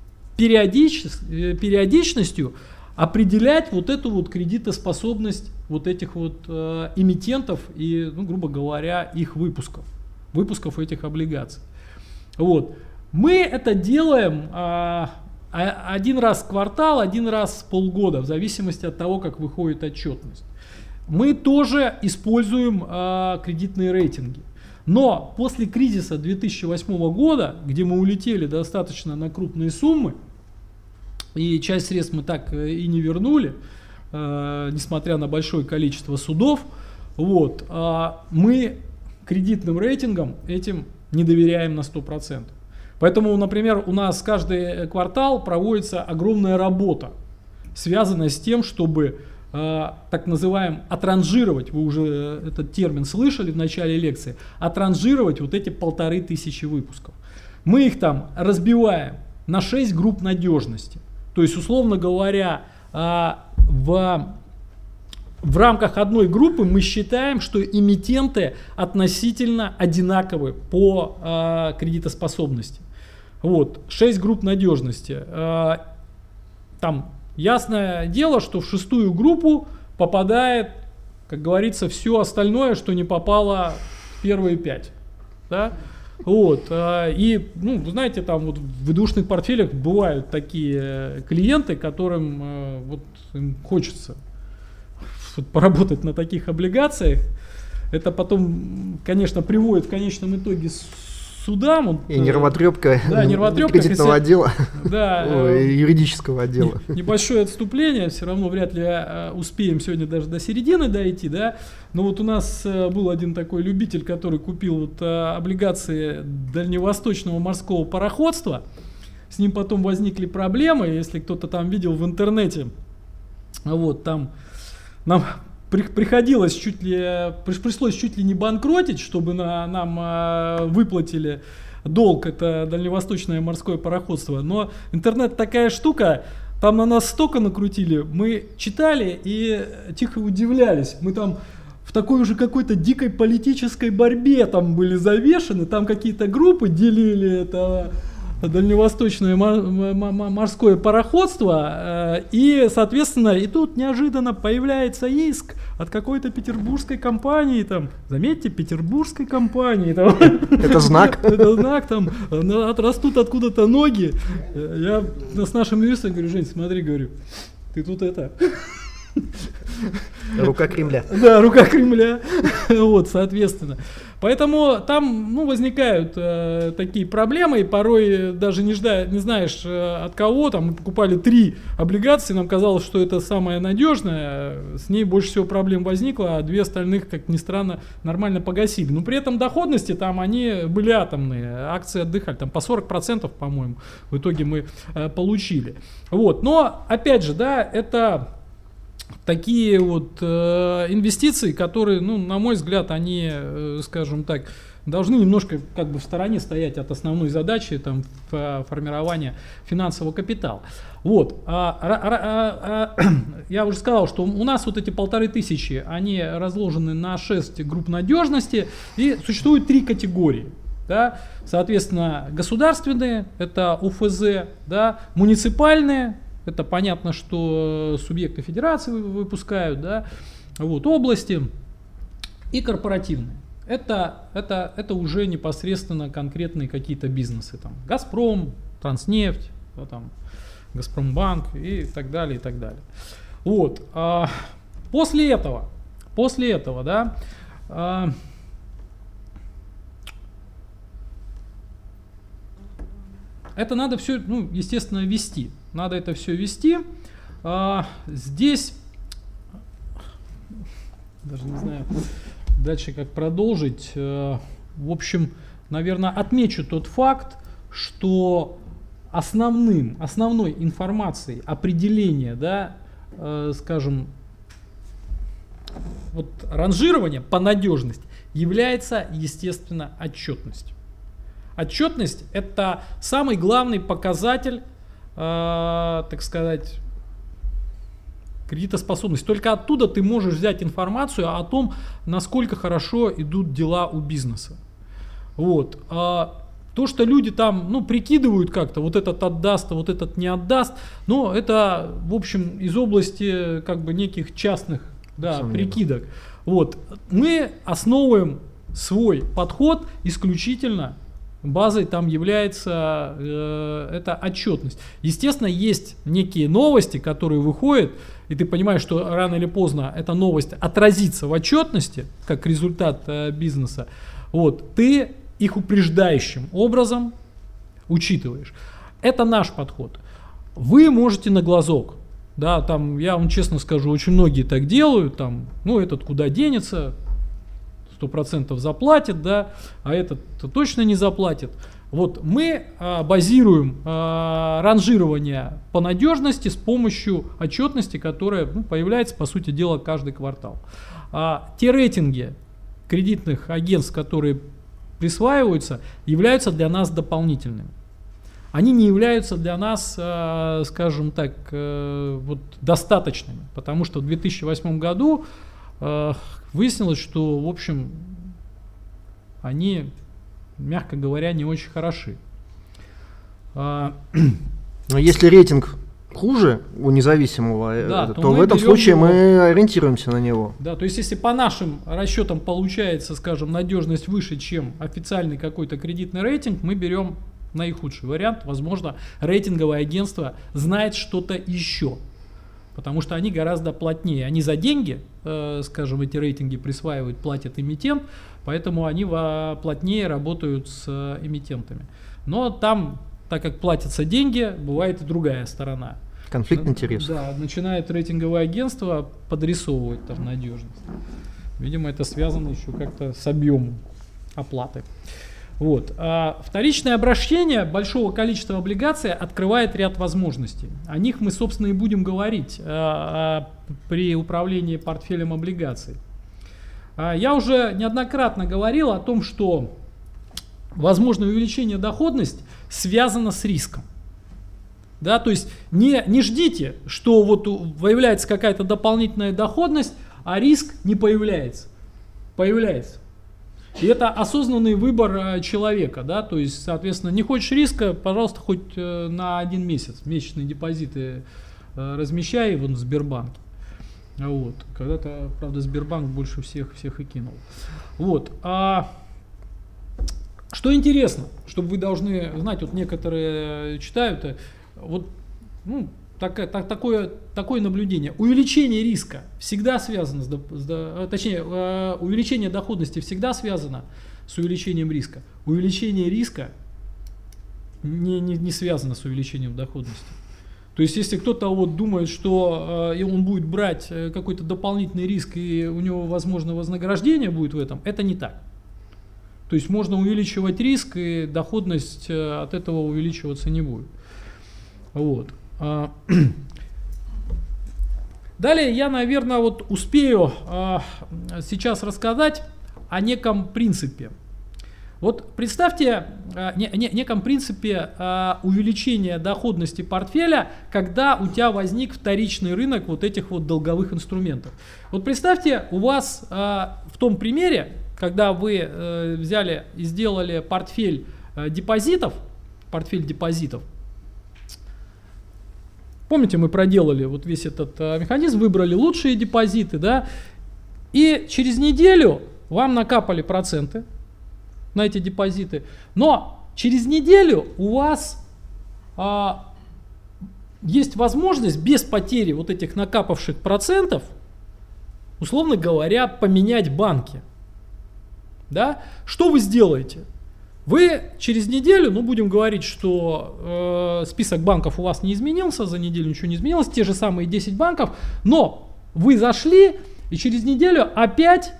периодичностью определять вот эту вот кредитоспособность вот этих вот эмитентов и, ну, грубо говоря, их выпусков этих облигаций. Вот. Мы это делаем один раз в квартал, один раз в полгода, в зависимости от того, как выходит отчетность. Мы тоже используем кредитные рейтинги. Но после кризиса 2008 года, где мы улетели достаточно на крупные суммы, и часть средств мы так и не вернули, несмотря на большое количество судов, Вот. Мы кредитным рейтингам этим не доверяем на 100%. Поэтому, например, у нас каждый квартал проводится огромная работа, связанная с тем, чтобы так называемым отранжировать, вы уже этот термин слышали в начале лекции, отранжировать вот эти 1500 выпусков. Мы их там разбиваем на 6 групп надежности. То есть, условно говоря, в рамках одной группы мы считаем, что эмитенты относительно одинаковы по кредитоспособности. Вот, 6 групп надежности. Там ясное дело, что в 6-ю группу попадает, как говорится, все остальное, что не попало в первые 5. Да? Вот. И, ну, вы знаете, там вот в выдушных портфелях бывают такие клиенты, которым вот им хочется поработать на таких облигациях. Это потом, конечно, приводит в конечном итоге судам. Вот, и нервотрепка, да, нервотрепка кредитного отдела, да, юридического отдела. Небольшое отступление, все равно вряд ли успеем сегодня даже до середины дойти, да. Но вот у нас был один такой любитель, который купил вот облигации дальневосточного морского пароходства. С ним потом возникли проблемы, если кто-то там видел в интернете, вот там нам пришлось чуть ли не банкротить, чтобы нам выплатили долг, это дальневосточное морское пароходство. Но интернет такая штука, там на нас столько накрутили, мы читали и тихо удивлялись. Мы там в такой уже какой-то дикой политической борьбе там были завешены, там какие-то группы делили это дальневосточное морское пароходство, и, соответственно, и тут неожиданно появляется иск от какой-то петербургской компании, там, заметьте, петербургской компании, там, это знак, это знак, там, растут откуда-то ноги. Я с нашим юристом говорю: Жень, смотри, говорю, ты тут это... Рука Кремля. Да, рука Кремля. Вот, соответственно. Поэтому там, ну, возникают такие проблемы, и порой даже не знаешь от кого. Там мы покупали 3 облигации, нам казалось, что это самое надежное. С ней больше всего проблем возникло, а 2 остальных, как ни странно, нормально погасили. Но при этом доходности там они были атомные. Акции отдыхали там по 40%, по-моему, в итоге мы получили. Вот. Но, опять же, да, это такие вот инвестиции, которые, ну, на мой взгляд, они, скажем так, должны немножко как бы в стороне стоять от основной задачи там, формирования финансового капитала. Вот. Я уже сказал, что у нас вот эти 1500, они разложены на 6 групп надежности, и существует 3 категории. Да? Соответственно, государственные, это УФЗ, да? Муниципальные, это понятно, что субъекты федерации выпускают, да, вот, области, и корпоративные. Это уже непосредственно конкретные какие-то бизнесы. Там, Газпром, Транснефть, да, там, Газпромбанк и так далее, и так далее. Вот. После этого, да, это надо все, ну, естественно, вести. Надо это все вести. Здесь, даже не знаю дальше как продолжить. В общем, наверное, отмечу тот факт, что основной информацией определения, да, скажем, вот ранжирования по надежности является, естественно, отчетность. Отчетность – это самый главный показатель, так сказать, кредитоспособности. Только оттуда ты можешь взять информацию о том, насколько хорошо идут дела у бизнеса. Вот. То, что люди там, ну, прикидывают как-то, вот этот отдаст, а вот этот не отдаст, но это, в общем, из области как бы неких частных, да, прикидок. Вот. Мы основываем свой подход исключительно, базой там является эта отчетность. Естественно, есть некие новости, которые выходят, и ты понимаешь, что рано или поздно эта новость отразится в отчетности, как результат бизнеса. Вот. Ты их упреждающим образом учитываешь. Это наш подход. Вы можете на глазок, да, там, я вам честно скажу, очень многие так делают, там, ну, этот куда денется, 100% заплатит, да, а этот точно не заплатит. Вот мы базируем ранжирование по надежности с помощью отчетности, которая появляется, по сути дела, каждый квартал. Те рейтинги кредитных агентств, которые присваиваются, являются для нас дополнительными. Они не являются для нас, скажем так, вот достаточными, потому что в 2008 году выяснилось, что, в общем, они, мягко говоря, не очень хороши. Но если рейтинг хуже у независимого, Да, то в этом случае мы ориентируемся на него. Да, то есть если по нашим расчетам получается, скажем, надежность выше, чем официальный какой-то кредитный рейтинг, мы берем наихудший вариант. Возможно, рейтинговое агентство знает что-то еще, потому что они гораздо плотнее. Они за деньги, скажем, эти рейтинги присваивают, платят эмитент, поэтому они плотнее работают с эмитентами. Но там, так как платятся деньги, бывает и другая сторона. Конфликт интересов. Да, начинает рейтинговое агентство подрисовывать там надежность. Видимо, это связано еще как-то с объемом оплаты. Вот. Вторичное обращение большого количества облигаций открывает ряд возможностей. О них мы, собственно, и будем говорить при управлении портфелем облигаций. Я уже неоднократно говорил о том, что возможное увеличение доходности связано с риском. Да, то есть не ждите, что вот появляется какая-то дополнительная доходность, а риск не появляется. Появляется. И это осознанный выбор человека, да, то есть, соответственно, не хочешь риска, пожалуйста, хоть на 1 месяц месячные депозиты размещай вон в Сбербанке. Вот. Когда-то, правда, Сбербанк больше всех и кинул. Вот. Что интересно, чтобы вы должны знать, вот некоторые читают, вот, такое наблюдение. Увеличение риска всегда связано увеличение доходности всегда связано с увеличением риска. Увеличение риска не связано с увеличением доходности. То есть, если кто-то вот думает, что он будет брать какой-то дополнительный риск и у него, возможно, вознаграждение будет в этом, это не так. То есть, можно увеличивать риск, и доходность от этого увеличиваться не будет. Вот. Далее я, наверное, вот успею сейчас рассказать о неком принципе. Вот представьте неком принципе увеличения доходности портфеля, когда у тебя возник вторичный рынок вот этих вот долговых инструментов. Вот представьте, у вас в том примере, когда вы взяли и сделали портфель депозитов, помните, мы проделали вот весь этот механизм, выбрали лучшие депозиты, да, и через неделю вам накапали проценты на эти депозиты, но через неделю у вас есть возможность без потери вот этих накапавших процентов, условно говоря, поменять банки. Да? Что вы сделаете? Вы через неделю, будем говорить, что список банков у вас не изменился, за неделю ничего не изменилось, те же самые 10 банков, но вы зашли и через неделю опять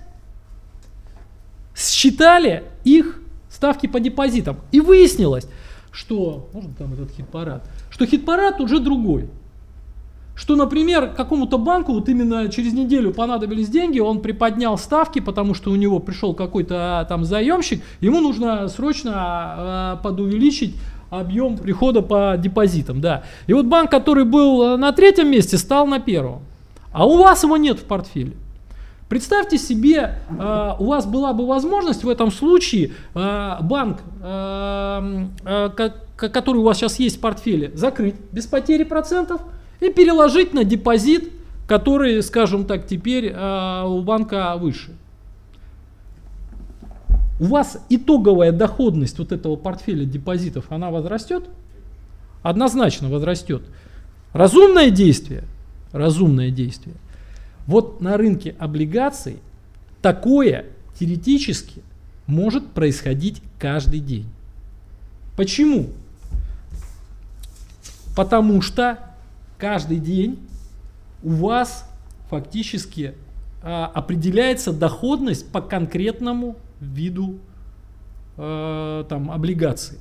считали их ставки по депозитам. И выяснилось, что, можно там этот хит-парад, что хит-парад уже другой. Что, например, какому-то банку вот именно через неделю понадобились деньги, он приподнял ставки, потому что у него пришел какой-то там заемщик, ему нужно срочно подувеличить объем прихода по депозитам. Да. И вот банк, который был на 3-м месте, стал на 1-м, а у вас его нет в портфеле. Представьте себе, у вас была бы возможность в этом случае банк, который у вас сейчас есть в портфеле, закрыть без потери процентов и переложить на депозит, который, скажем так, теперь у банка выше. У вас итоговая доходность вот этого портфеля депозитов, она возрастет? Однозначно возрастет. Разумное действие. Вот на рынке облигаций такое теоретически может происходить каждый день. Почему? Потому что каждый день у вас фактически определяется доходность по конкретному виду там, облигаций.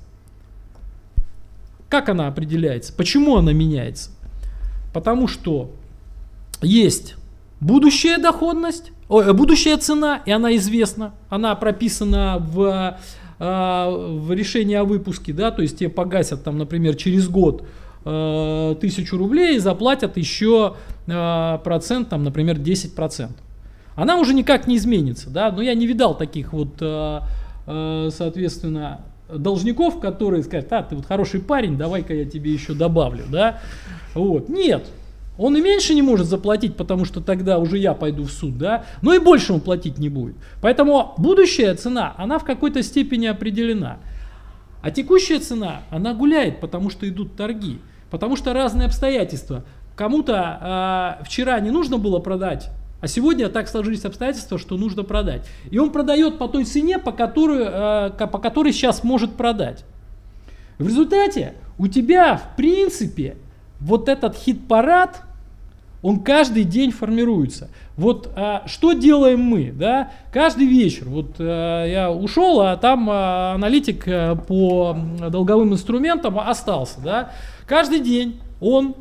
Как она определяется? Почему она меняется? Потому что есть будущая доходность, будущая цена, и она известна, она прописана в решении о выпуске, да, то есть тебе погасят, там, например, через год 1000 рублей и заплатят еще процент, там, например, 10%. Она уже никак не изменится, да, но я не видал таких вот, соответственно, должников, которые скажут: ты вот хороший парень, давай-ка я тебе еще добавлю, да, вот, нет. Он и меньше не может заплатить, потому что тогда уже я пойду в суд, да, но и больше он платить не будет. Поэтому будущая цена, она в какой-то степени определена. А текущая цена, она гуляет, потому что идут торги, потому что разные обстоятельства. Кому-то вчера не нужно было продать, а сегодня так сложились обстоятельства, что нужно продать. И он продает по той цене, по которой сейчас может продать. В результате у тебя, в принципе, вот этот хит-парад, он каждый день формируется. Вот что делаем мы, да? Каждый вечер, вот я ушел, а там аналитик по долговым инструментам остался, да? Каждый день он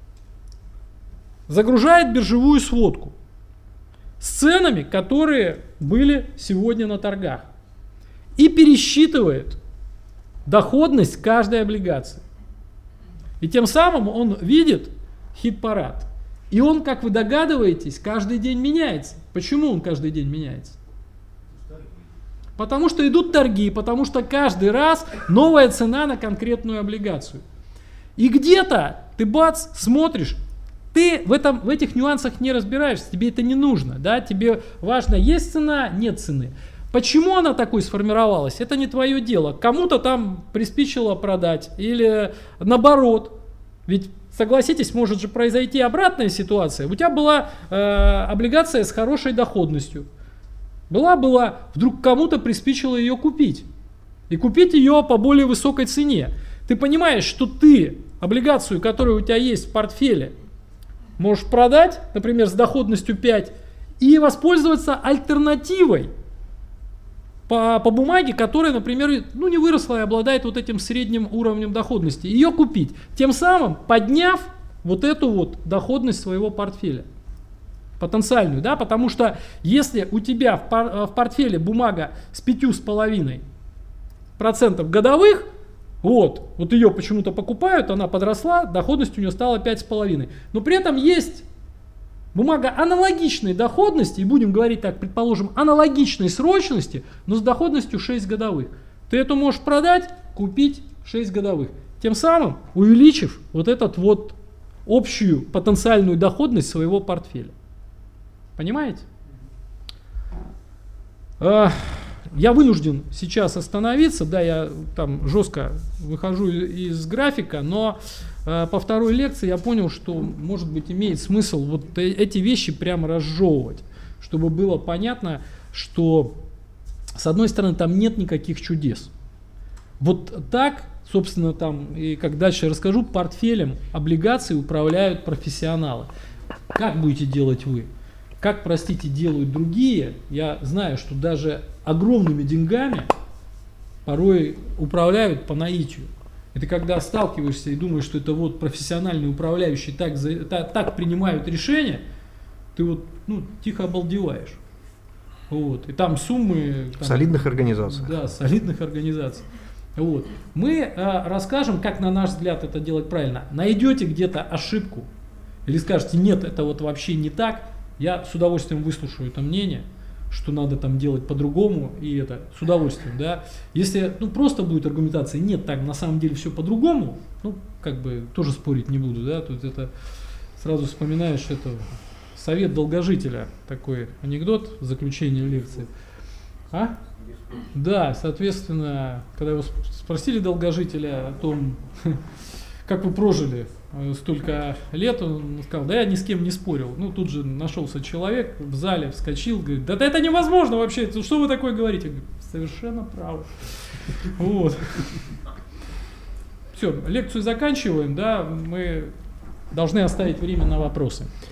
загружает биржевую сводку с ценами, которые были сегодня на торгах, и пересчитывает доходность каждой облигации. И тем самым он видит хит-парад. И он, как вы догадываетесь, каждый день меняется. Почему он каждый день меняется? Потому что идут торги, потому что каждый раз новая цена на конкретную облигацию. И где-то ты бац, смотришь, ты в этих нюансах не разбираешься, тебе это не нужно. Да? Тебе важно, есть цена, нет цены. Почему она такой сформировалась, это не твое дело. Кому-то там приспичило продать или наоборот. Ведь, согласитесь, может же произойти обратная ситуация. У тебя была облигация с хорошей доходностью. Была, вдруг кому-то приспичило ее купить. И купить ее по более высокой цене. Ты понимаешь, что ты облигацию, которая у тебя есть в портфеле, можешь продать, например, с доходностью 5, и воспользоваться альтернативой по бумаге, которая, например, не выросла и обладает вот этим средним уровнем доходности. Ее купить, тем самым подняв вот эту вот доходность своего портфеля. Потенциальную, да, потому что если у тебя в портфеле бумага с 5,5% годовых, вот ее почему-то покупают, она подросла, доходность у нее стала 5,5%. Но при этом есть бумага аналогичной доходности, и будем говорить так, предположим, аналогичной срочности, но с доходностью 6 годовых. Ты эту можешь продать, купить 6 годовых. Тем самым увеличив вот этот вот общую потенциальную доходность своего портфеля. Понимаете? Я вынужден сейчас остановиться, да, я там жестко выхожу из графика, но по второй лекции я понял, что, может быть, имеет смысл вот эти вещи прямо разжевывать, чтобы было понятно, что, с одной стороны, там нет никаких чудес. Вот так, собственно, там, и как дальше расскажу, портфелем облигаций управляют профессионалы. Как будете делать вы? Как, простите, делают другие, я знаю, что даже огромными деньгами порой управляют по наитию. Это когда сталкиваешься и думаешь, что это вот профессиональные управляющие так принимают решения, ты вот тихо обалдеваешь. Вот. И там суммы... Солидных организаций. Да, солидных организаций. Вот. Мы расскажем, как, на наш взгляд, это делать правильно. Найдете где-то ошибку или скажете, нет, это вот вообще не так, я с удовольствием выслушаю это мнение, что надо там делать по-другому, и это с удовольствием, да. Если просто будет аргументация, нет, так на самом деле все по-другому, как бы тоже спорить не буду, да, тут это сразу вспоминаешь это совет долгожителя, такой анекдот в заключении лекции. Да, соответственно, когда его спросили долгожителя о том, как вы прожили столько лет, он сказал, да я ни с кем не спорил. Тут же нашелся человек в зале, вскочил, говорит, да это невозможно вообще, что вы такое говорите? Я говорю, совершенно правы. Вот. Все, лекцию заканчиваем, да, мы должны оставить время на вопросы.